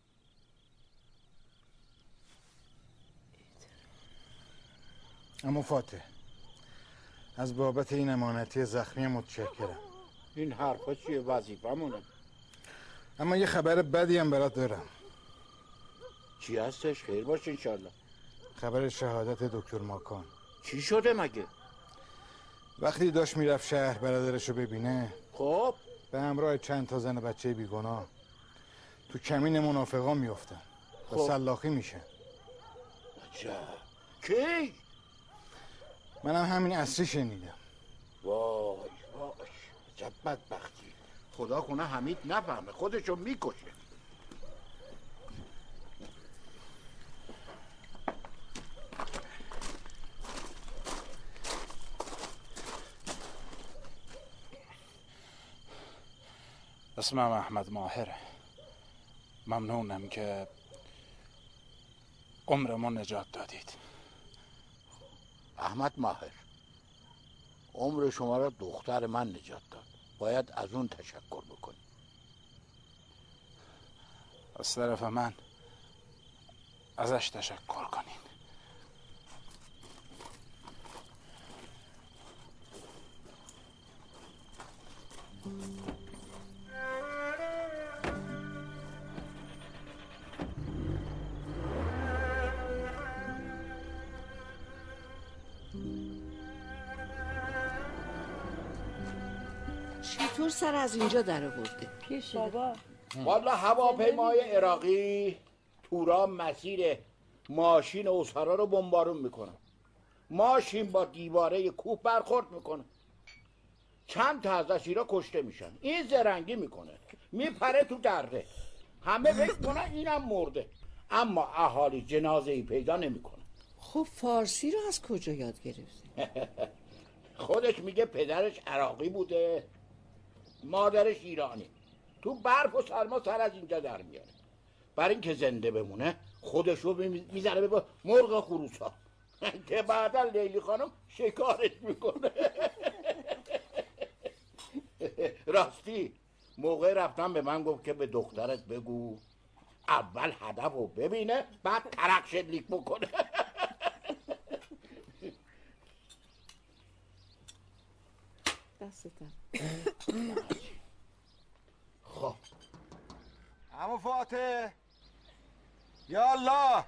اما فاتح از بابت این امانتی زخمی متشکرم. این حرفا چیه؟ وظیفه‌مونه. اما یه خبر بدی هم برات دارم. چی هستش؟ خیر باشه انشالله. خبر شهادت دکتر ماکان. چی شده مگه؟ وقتی داشت میرفت شهر برادرشو ببینه، خب به همراه چند تا زن بچه بیگناه تو کمین منافقا میافتن و خب. سلاخی میشه. عجب. کی؟ منم همین عصری شنیدم. وای وای عجب بدبختی. خدا کنه حمید نفهمه خودشو میکشه. اسمم احمد ماهره. ممنونم که عمرمو نجات دادید. احمد ماهر، عمر شما را دختر من نجات داد، باید از اون تشکر بکنی. از طرف من ازش تشکر کنین. چطور سر از اینجا در آورده؟ بابا والا هواپیمای عراقی تورا مسیر ماشین اسرا رو بمبارون میکنه. ماشین با دیواره کوه برخورد میکنه، چند تا از اسیرا کشته میشن. این زرنگی میکنه میپره تو دره، همه فکر کنن اینم مرده، اما اهالی جنازه ای پیدا نمیکنه. خب فارسی رو از کجا یاد گرفته؟ خودش میگه پدرش عراقی بوده، مادرش ایرانی. تو برف و سرما سر از اینجا در میاره. برای اینکه زنده بمونه خودشو میزنه به مرغ خروسا که بعدا لیلی خانم شکارش میکنه. راستی موقع رفتن به من گفت که به دخترت بگو اول هدف رو ببینه بعد ترق شلیک بکنه. دستتم. خب عمو فاتح، یا الله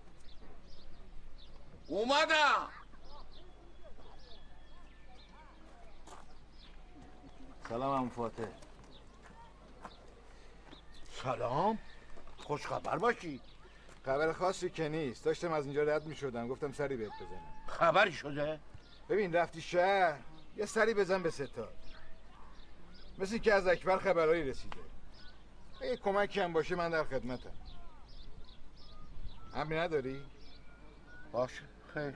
اومدم. سلام عمو فاتح. سلام، خوش خبر باشی. خبر خاصی که نیست، داشتم از اینجا رد می شدم گفتم سری بهت بزنم. خبری شده؟ ببین رفتی شهر یه سری بزن به ستاد، مثل که از اکبر خبرهایی رسیده. اگه کمکی هم باشه من در خدمتم. امری نداری؟ باشه خیر.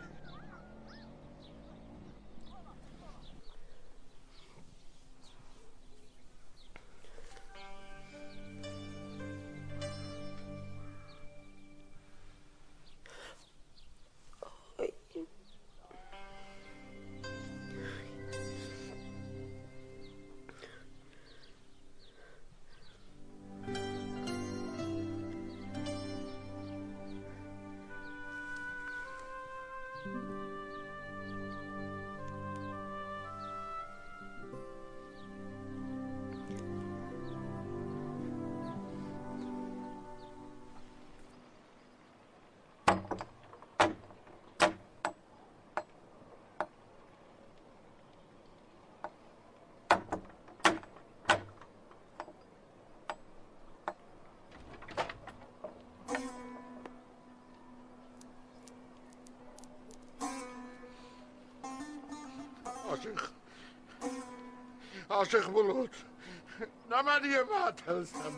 عاشق بلود نه من یه معتلسم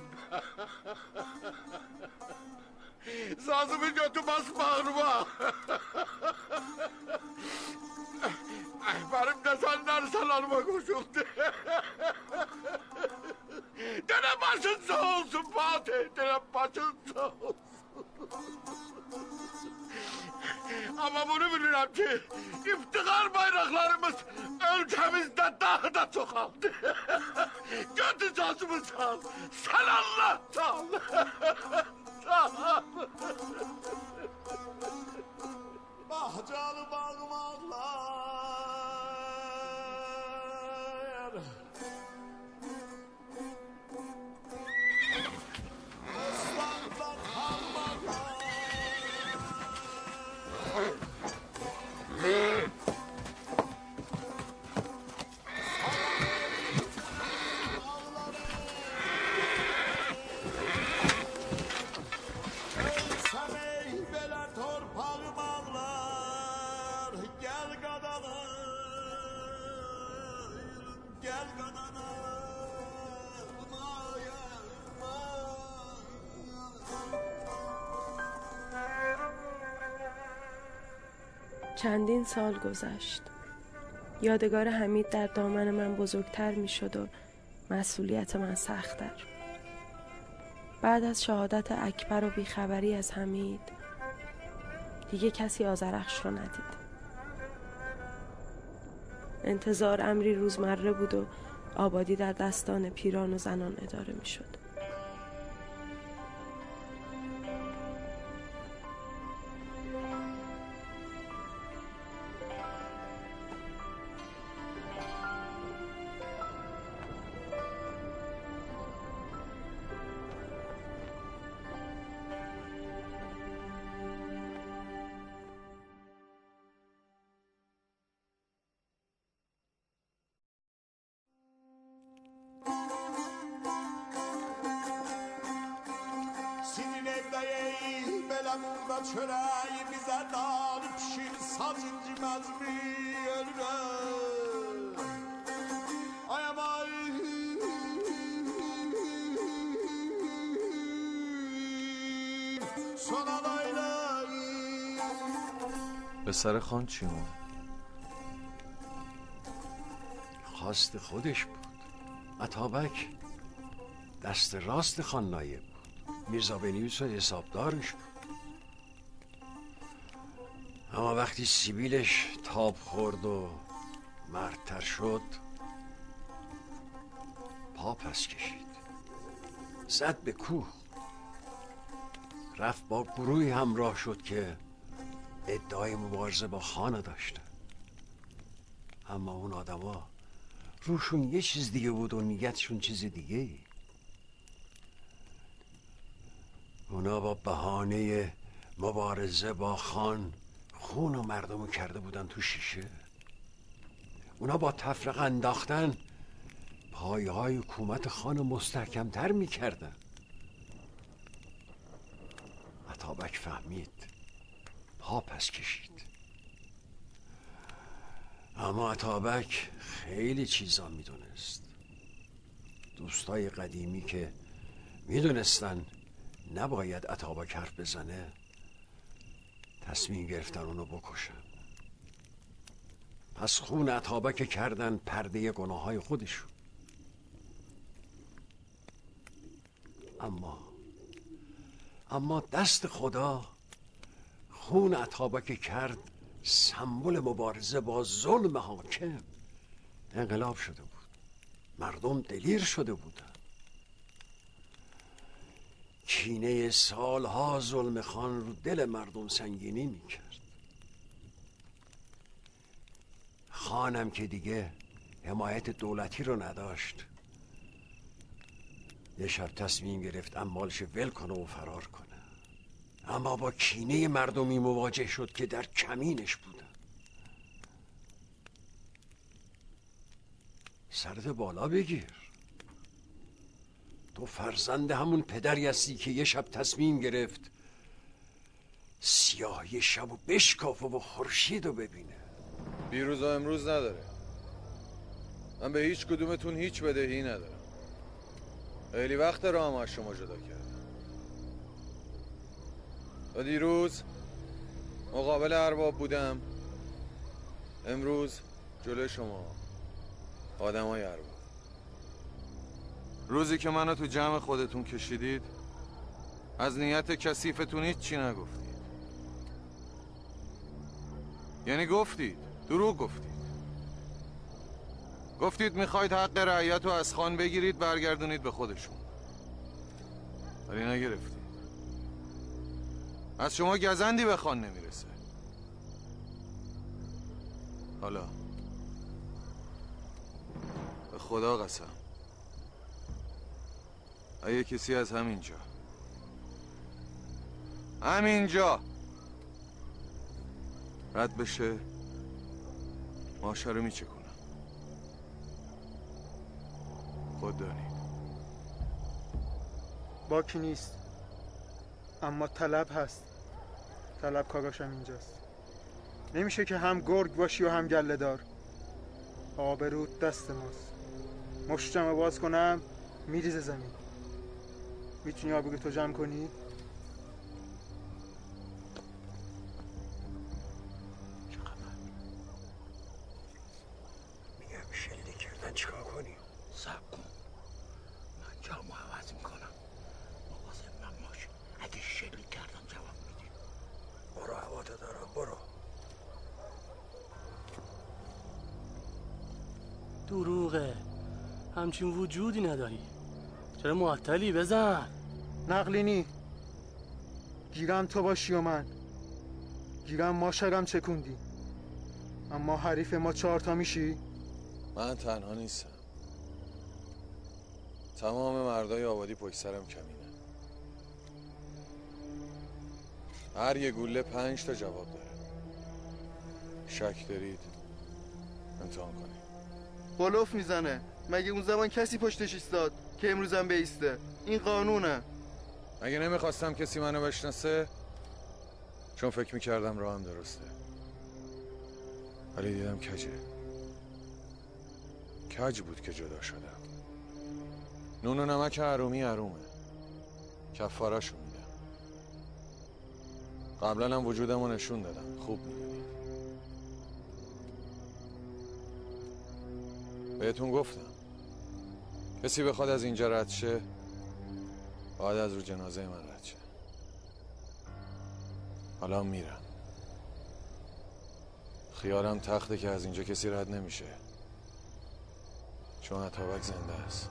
زازم اینجا تو بس مغربا بریم نسان نرسلان ما گوشوده دلم باشن سوز باته دلم باشن سوز ama bunu bilirim ki iftihar bayraklarımız ülkemizde dağda sokaldı. Götü sazımı sal, sen Allah sal. Sal. Bahçalı bağmaklar Osmanlılar parmaklar چندین سال گذشت. یادگار حمید در دامن من بزرگتر می شد و مسئولیت من سخت‌تر. بعد از شهادت اکبر و بیخبری از حمید دیگه کسی آذرخش رو ندید. انتظار امری روزمره بود و آبادی در دستان پیران و زنان اداره می شد. Senin evde ey belamında çöreği bize dağını pişir sazıncı mezmi ölüre Ay amay پسر خان چی اومد؟ خواست خودش بود. عطابک دست راست خان نایب بود. میرزا بنویس و حسابدارش بود. اما وقتی سیبیلش تاب خورد و مردتر شد پا پس کشید، زد به کوه، رفت با گروهی همراه شد که ادعای مبارزه با خان داشتن. اما اون آدما روشون یه چیز دیگه بود و نیتشون چیز دیگه ای. اونا با بهانه مبارزه با خان خون و مردمو کرده بودن تو شیشه. اونا با تفرقه انداختن پایه های حکومت خان مستحکمتر میکردن. عطابک فهمید، پا پس کشید. اما عطابک خیلی چیزا میدونست. دوستای قدیمی که میدونستن نباید عطابک حرف بزنه تصمیم گرفتن اونو بکشن. پس خون عطابک کردن پرده گناه های خودشون. اما اما دست خدا خون عطابک کرد سمبل مبارزه با ظلم حاکم. انقلاب شده بود، مردم دلیر شده بودن. کینه سالها ظلم خان رو دل مردم سنگینی میکرد. خانم که دیگه حمایت دولتی رو نداشت، یه شب تصمیم گرفت اموالش ول کنه و فرار کنه. اما با کینه مردمی مواجه شد که در کمینش بودن. سرت بالا بگیر، تو فرزند همون پدری هستی که یه شب تصمیم گرفت سیاهی شب و بشکافه و خورشید رو ببینه. بیروز و امروز نداره. من به هیچ کدومتون هیچ بدهی ندارم. خیلی وقت راهم از شما جدا کردم. و دیروز مقابل ارباب بودم، امروز جلوی شما آدمای ارباب. روزی که منو تو جمع خودتون کشیدید از نیت کثیفتون هیچ چی نگفتید. یعنی گفتید، دروغ گفتید. گفتید میخواید حق رعیت رو از خان بگیرید برگردونید به خودشون، ولی نگرفتید. از شما گزندی به خان نمیرسه. حالا به خدا قسم اگه کسی از همینجا همینجا رد بشه ماشه رو میچه کنم. خود دانید. باکی نیست، اما طلب هست. طلب کاراشم اینجاست. نمیشه که هم گرگ باشی و هم گله دار. آبرود دست ماست. مشتم باز کنم میریزه زمین. میتونی آبرو تو جمع کنی؟ میگم شلیک کردن چیکار کنی؟ صبر کن، من جامو عوض میکنم. مواظب من باش، اگه شلیک کردم جواب میدی. برو هواتو دارم، برو. دروغه، همچین وجودی نداری. چرا معطلی؟ بزن. نقلینی گیرم تو باشی و من گیرم ما شرم چکوندی، اما حریف ما چهار تا میشی؟ من تنها نیستم. تمام مردای آبادی پشت سرم کمینه. هر یه گوله پنج تا جواب داره. شک دارید امتحان کنید. بلوف میزنه. مگه اون زمان کسی پشتش ایستاد که امروزم بیسته؟ این قانونه. مگه نمیخواستم کسی منو بشناسه؟ چون فکر میکردم راهم درسته، ولی دیدم کجه. کج بود که جدا شدم. نون و نمک حرومی حرومه، کفاره‌شو میدم. قبلا هم وجودمو نشون دادم، خوب میدونید. بهتون گفتم کسی بخواد از اینجا رد شه باید از رو جنازه من رد شه. حالا میرم. خیالم تخته که از اینجا کسی رد نمیشه، چون اتابک زنده است.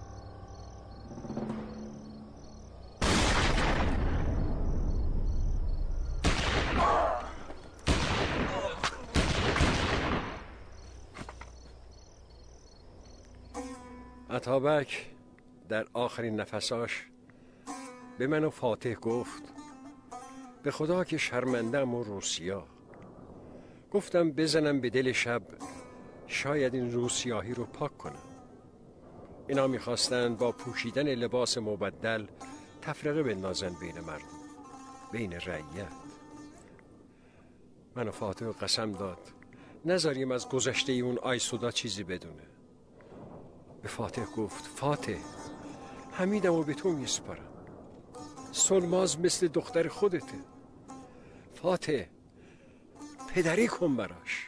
اتابک در آخرین نفساش به من و فاتح گفت به خدا که شرمنده‌ام و روسیا. گفتم بزنم به دل شب، شاید این روسیاهی رو پاک کنم. اینا میخواستند با پوشیدن لباس مبدل تفرقه بندازن بین مردم، بین رعیت. من و فاتح قسم داد نذاریم از گذشته اون آیسودا چیزی بدونه. به فاتح گفت فاتح حمیدم رو به تو میسپارم. سلماز مثل دختر خودته. فاتح پدری کن براش.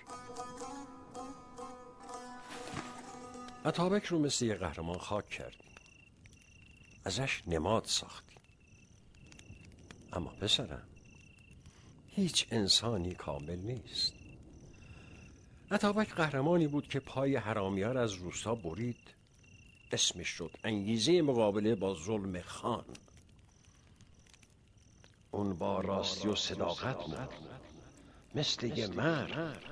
اتابک رو مثل یه قهرمان خاک کردیم، ازش نماد ساختیم. اما پسرم هیچ انسانی کامل نیست. اتابک قهرمانی بود که پای حرامیان از روستا برید. اسمش شد انگیزه مقابله با ظلم خان. اون با راستی و صداقت مرد، مثل یه مرد.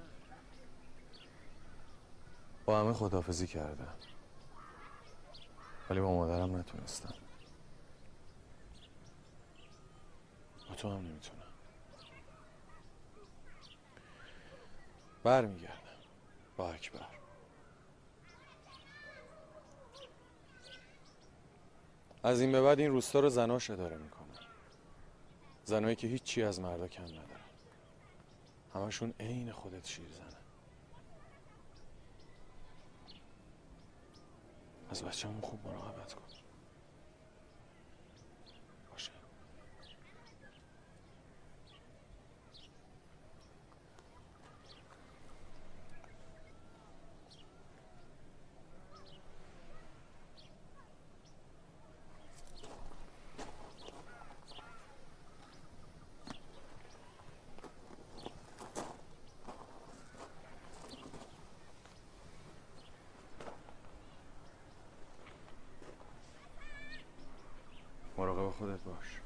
با همه خداحافظی کردم، ولی با مادرم نتونستم. با تو هم نمیتونم. برمیگردم با اکبر. از این به بعد این روستا رو زناش اداره میکنن. زنایی که هیچی از مردا کم ندارن، همشون عین خودت شیر زنن. از بچه‌مون خوب مراقبت کن. باشه. مراقب خودت باش.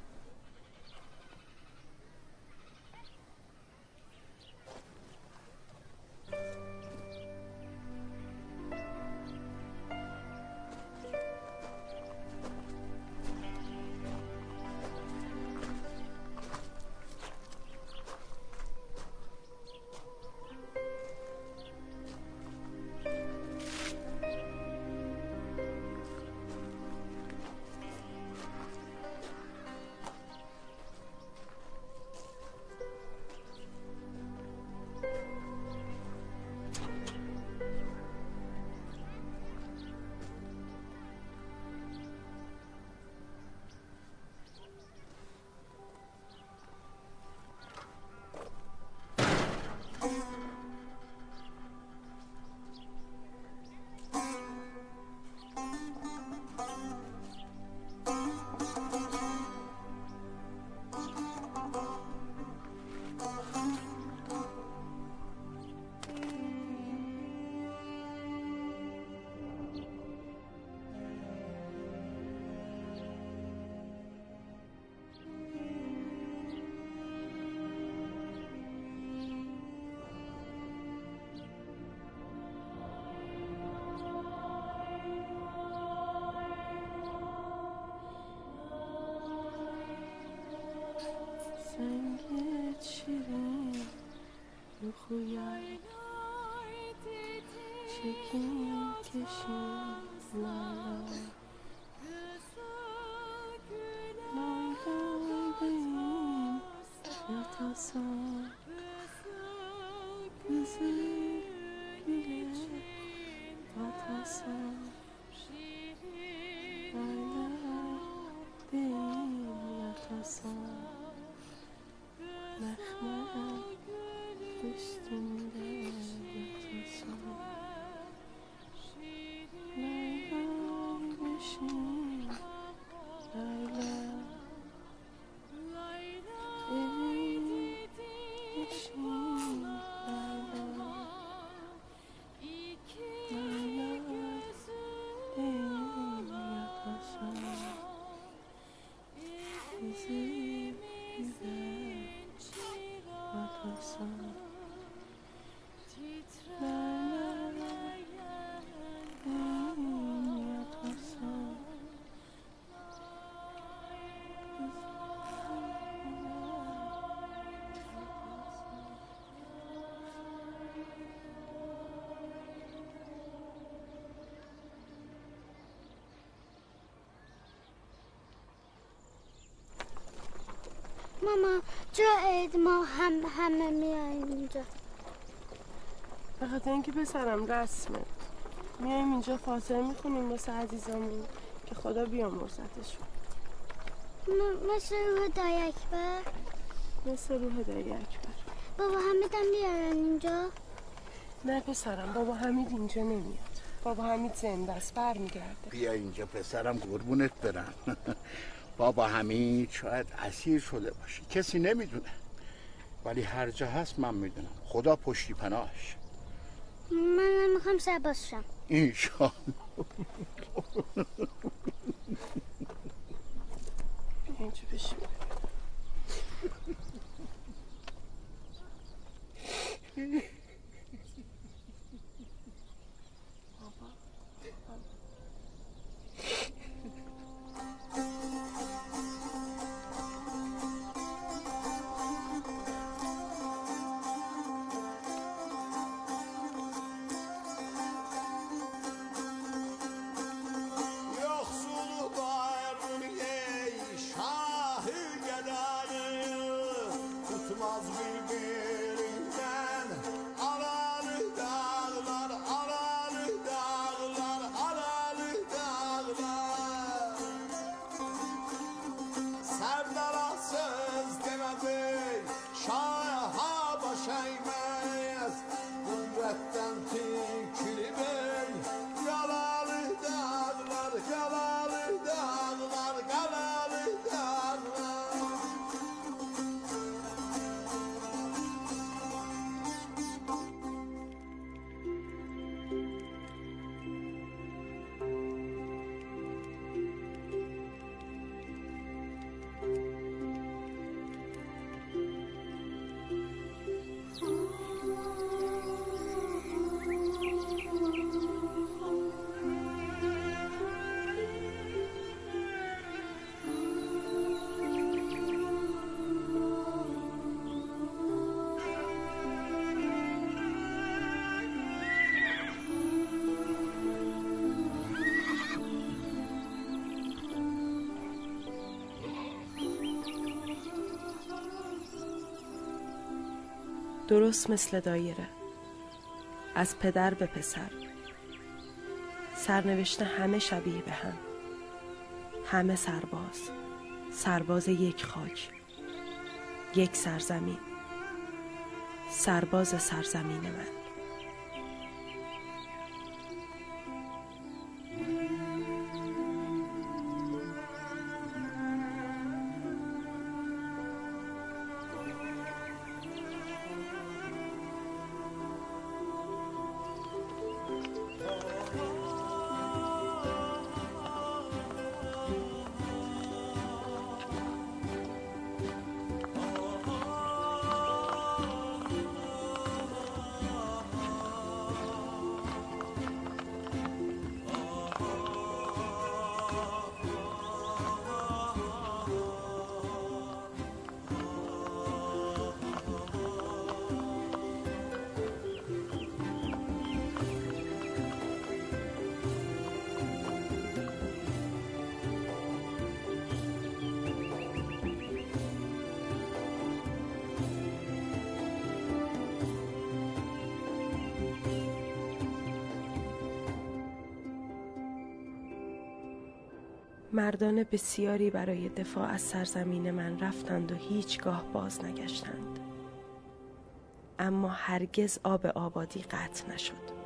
سنگت شیرین رو خویم شکیم کشیم لالا لای بیم نتاسم گزیر بیله نتاسم لای بیم نتاسم نخمه üstünde yatasın Leyla beşin Leyla Evin beşin Leyla Leyla değil yatasın Bizi bize yatasın ماما چرا عید ما هم همه میاییم اینجا؟ به خاطر اینکه پسرم رسمه میایم اینجا فاتحه میخونیم واسه عزیزامون که خدا بیامرزتشون. مثل روح دایی اکبر؟ مثل روح دایی اکبر. بابا حمید هم بیارن اینجا؟ نه پسرم، بابا حمید اینجا نمیاد. بابا حمید زنده است، برمیگرده. بیا اینجا پسرم، قربونت برم. بابا حمید شاید اسیر شده باشه، کسی نمیدونه، ولی هر جا هست من میدونم. خدا پشتی پناهش. من میخوام سرباز شم. اینشالله. اینجا بشیم. Yoxsuluq bayırın ey şahı درست مثل دایره، از پدر به پسر. سرنوشت همه شبیه به هم، همه سرباز، سرباز یک خاک، یک سرزمین، سرباز سرزمین من. مردان بسیاری برای دفاع از سرزمین من رفتند و هیچگاه باز نگشتند، اما هرگز آب آبادی قطع نشد.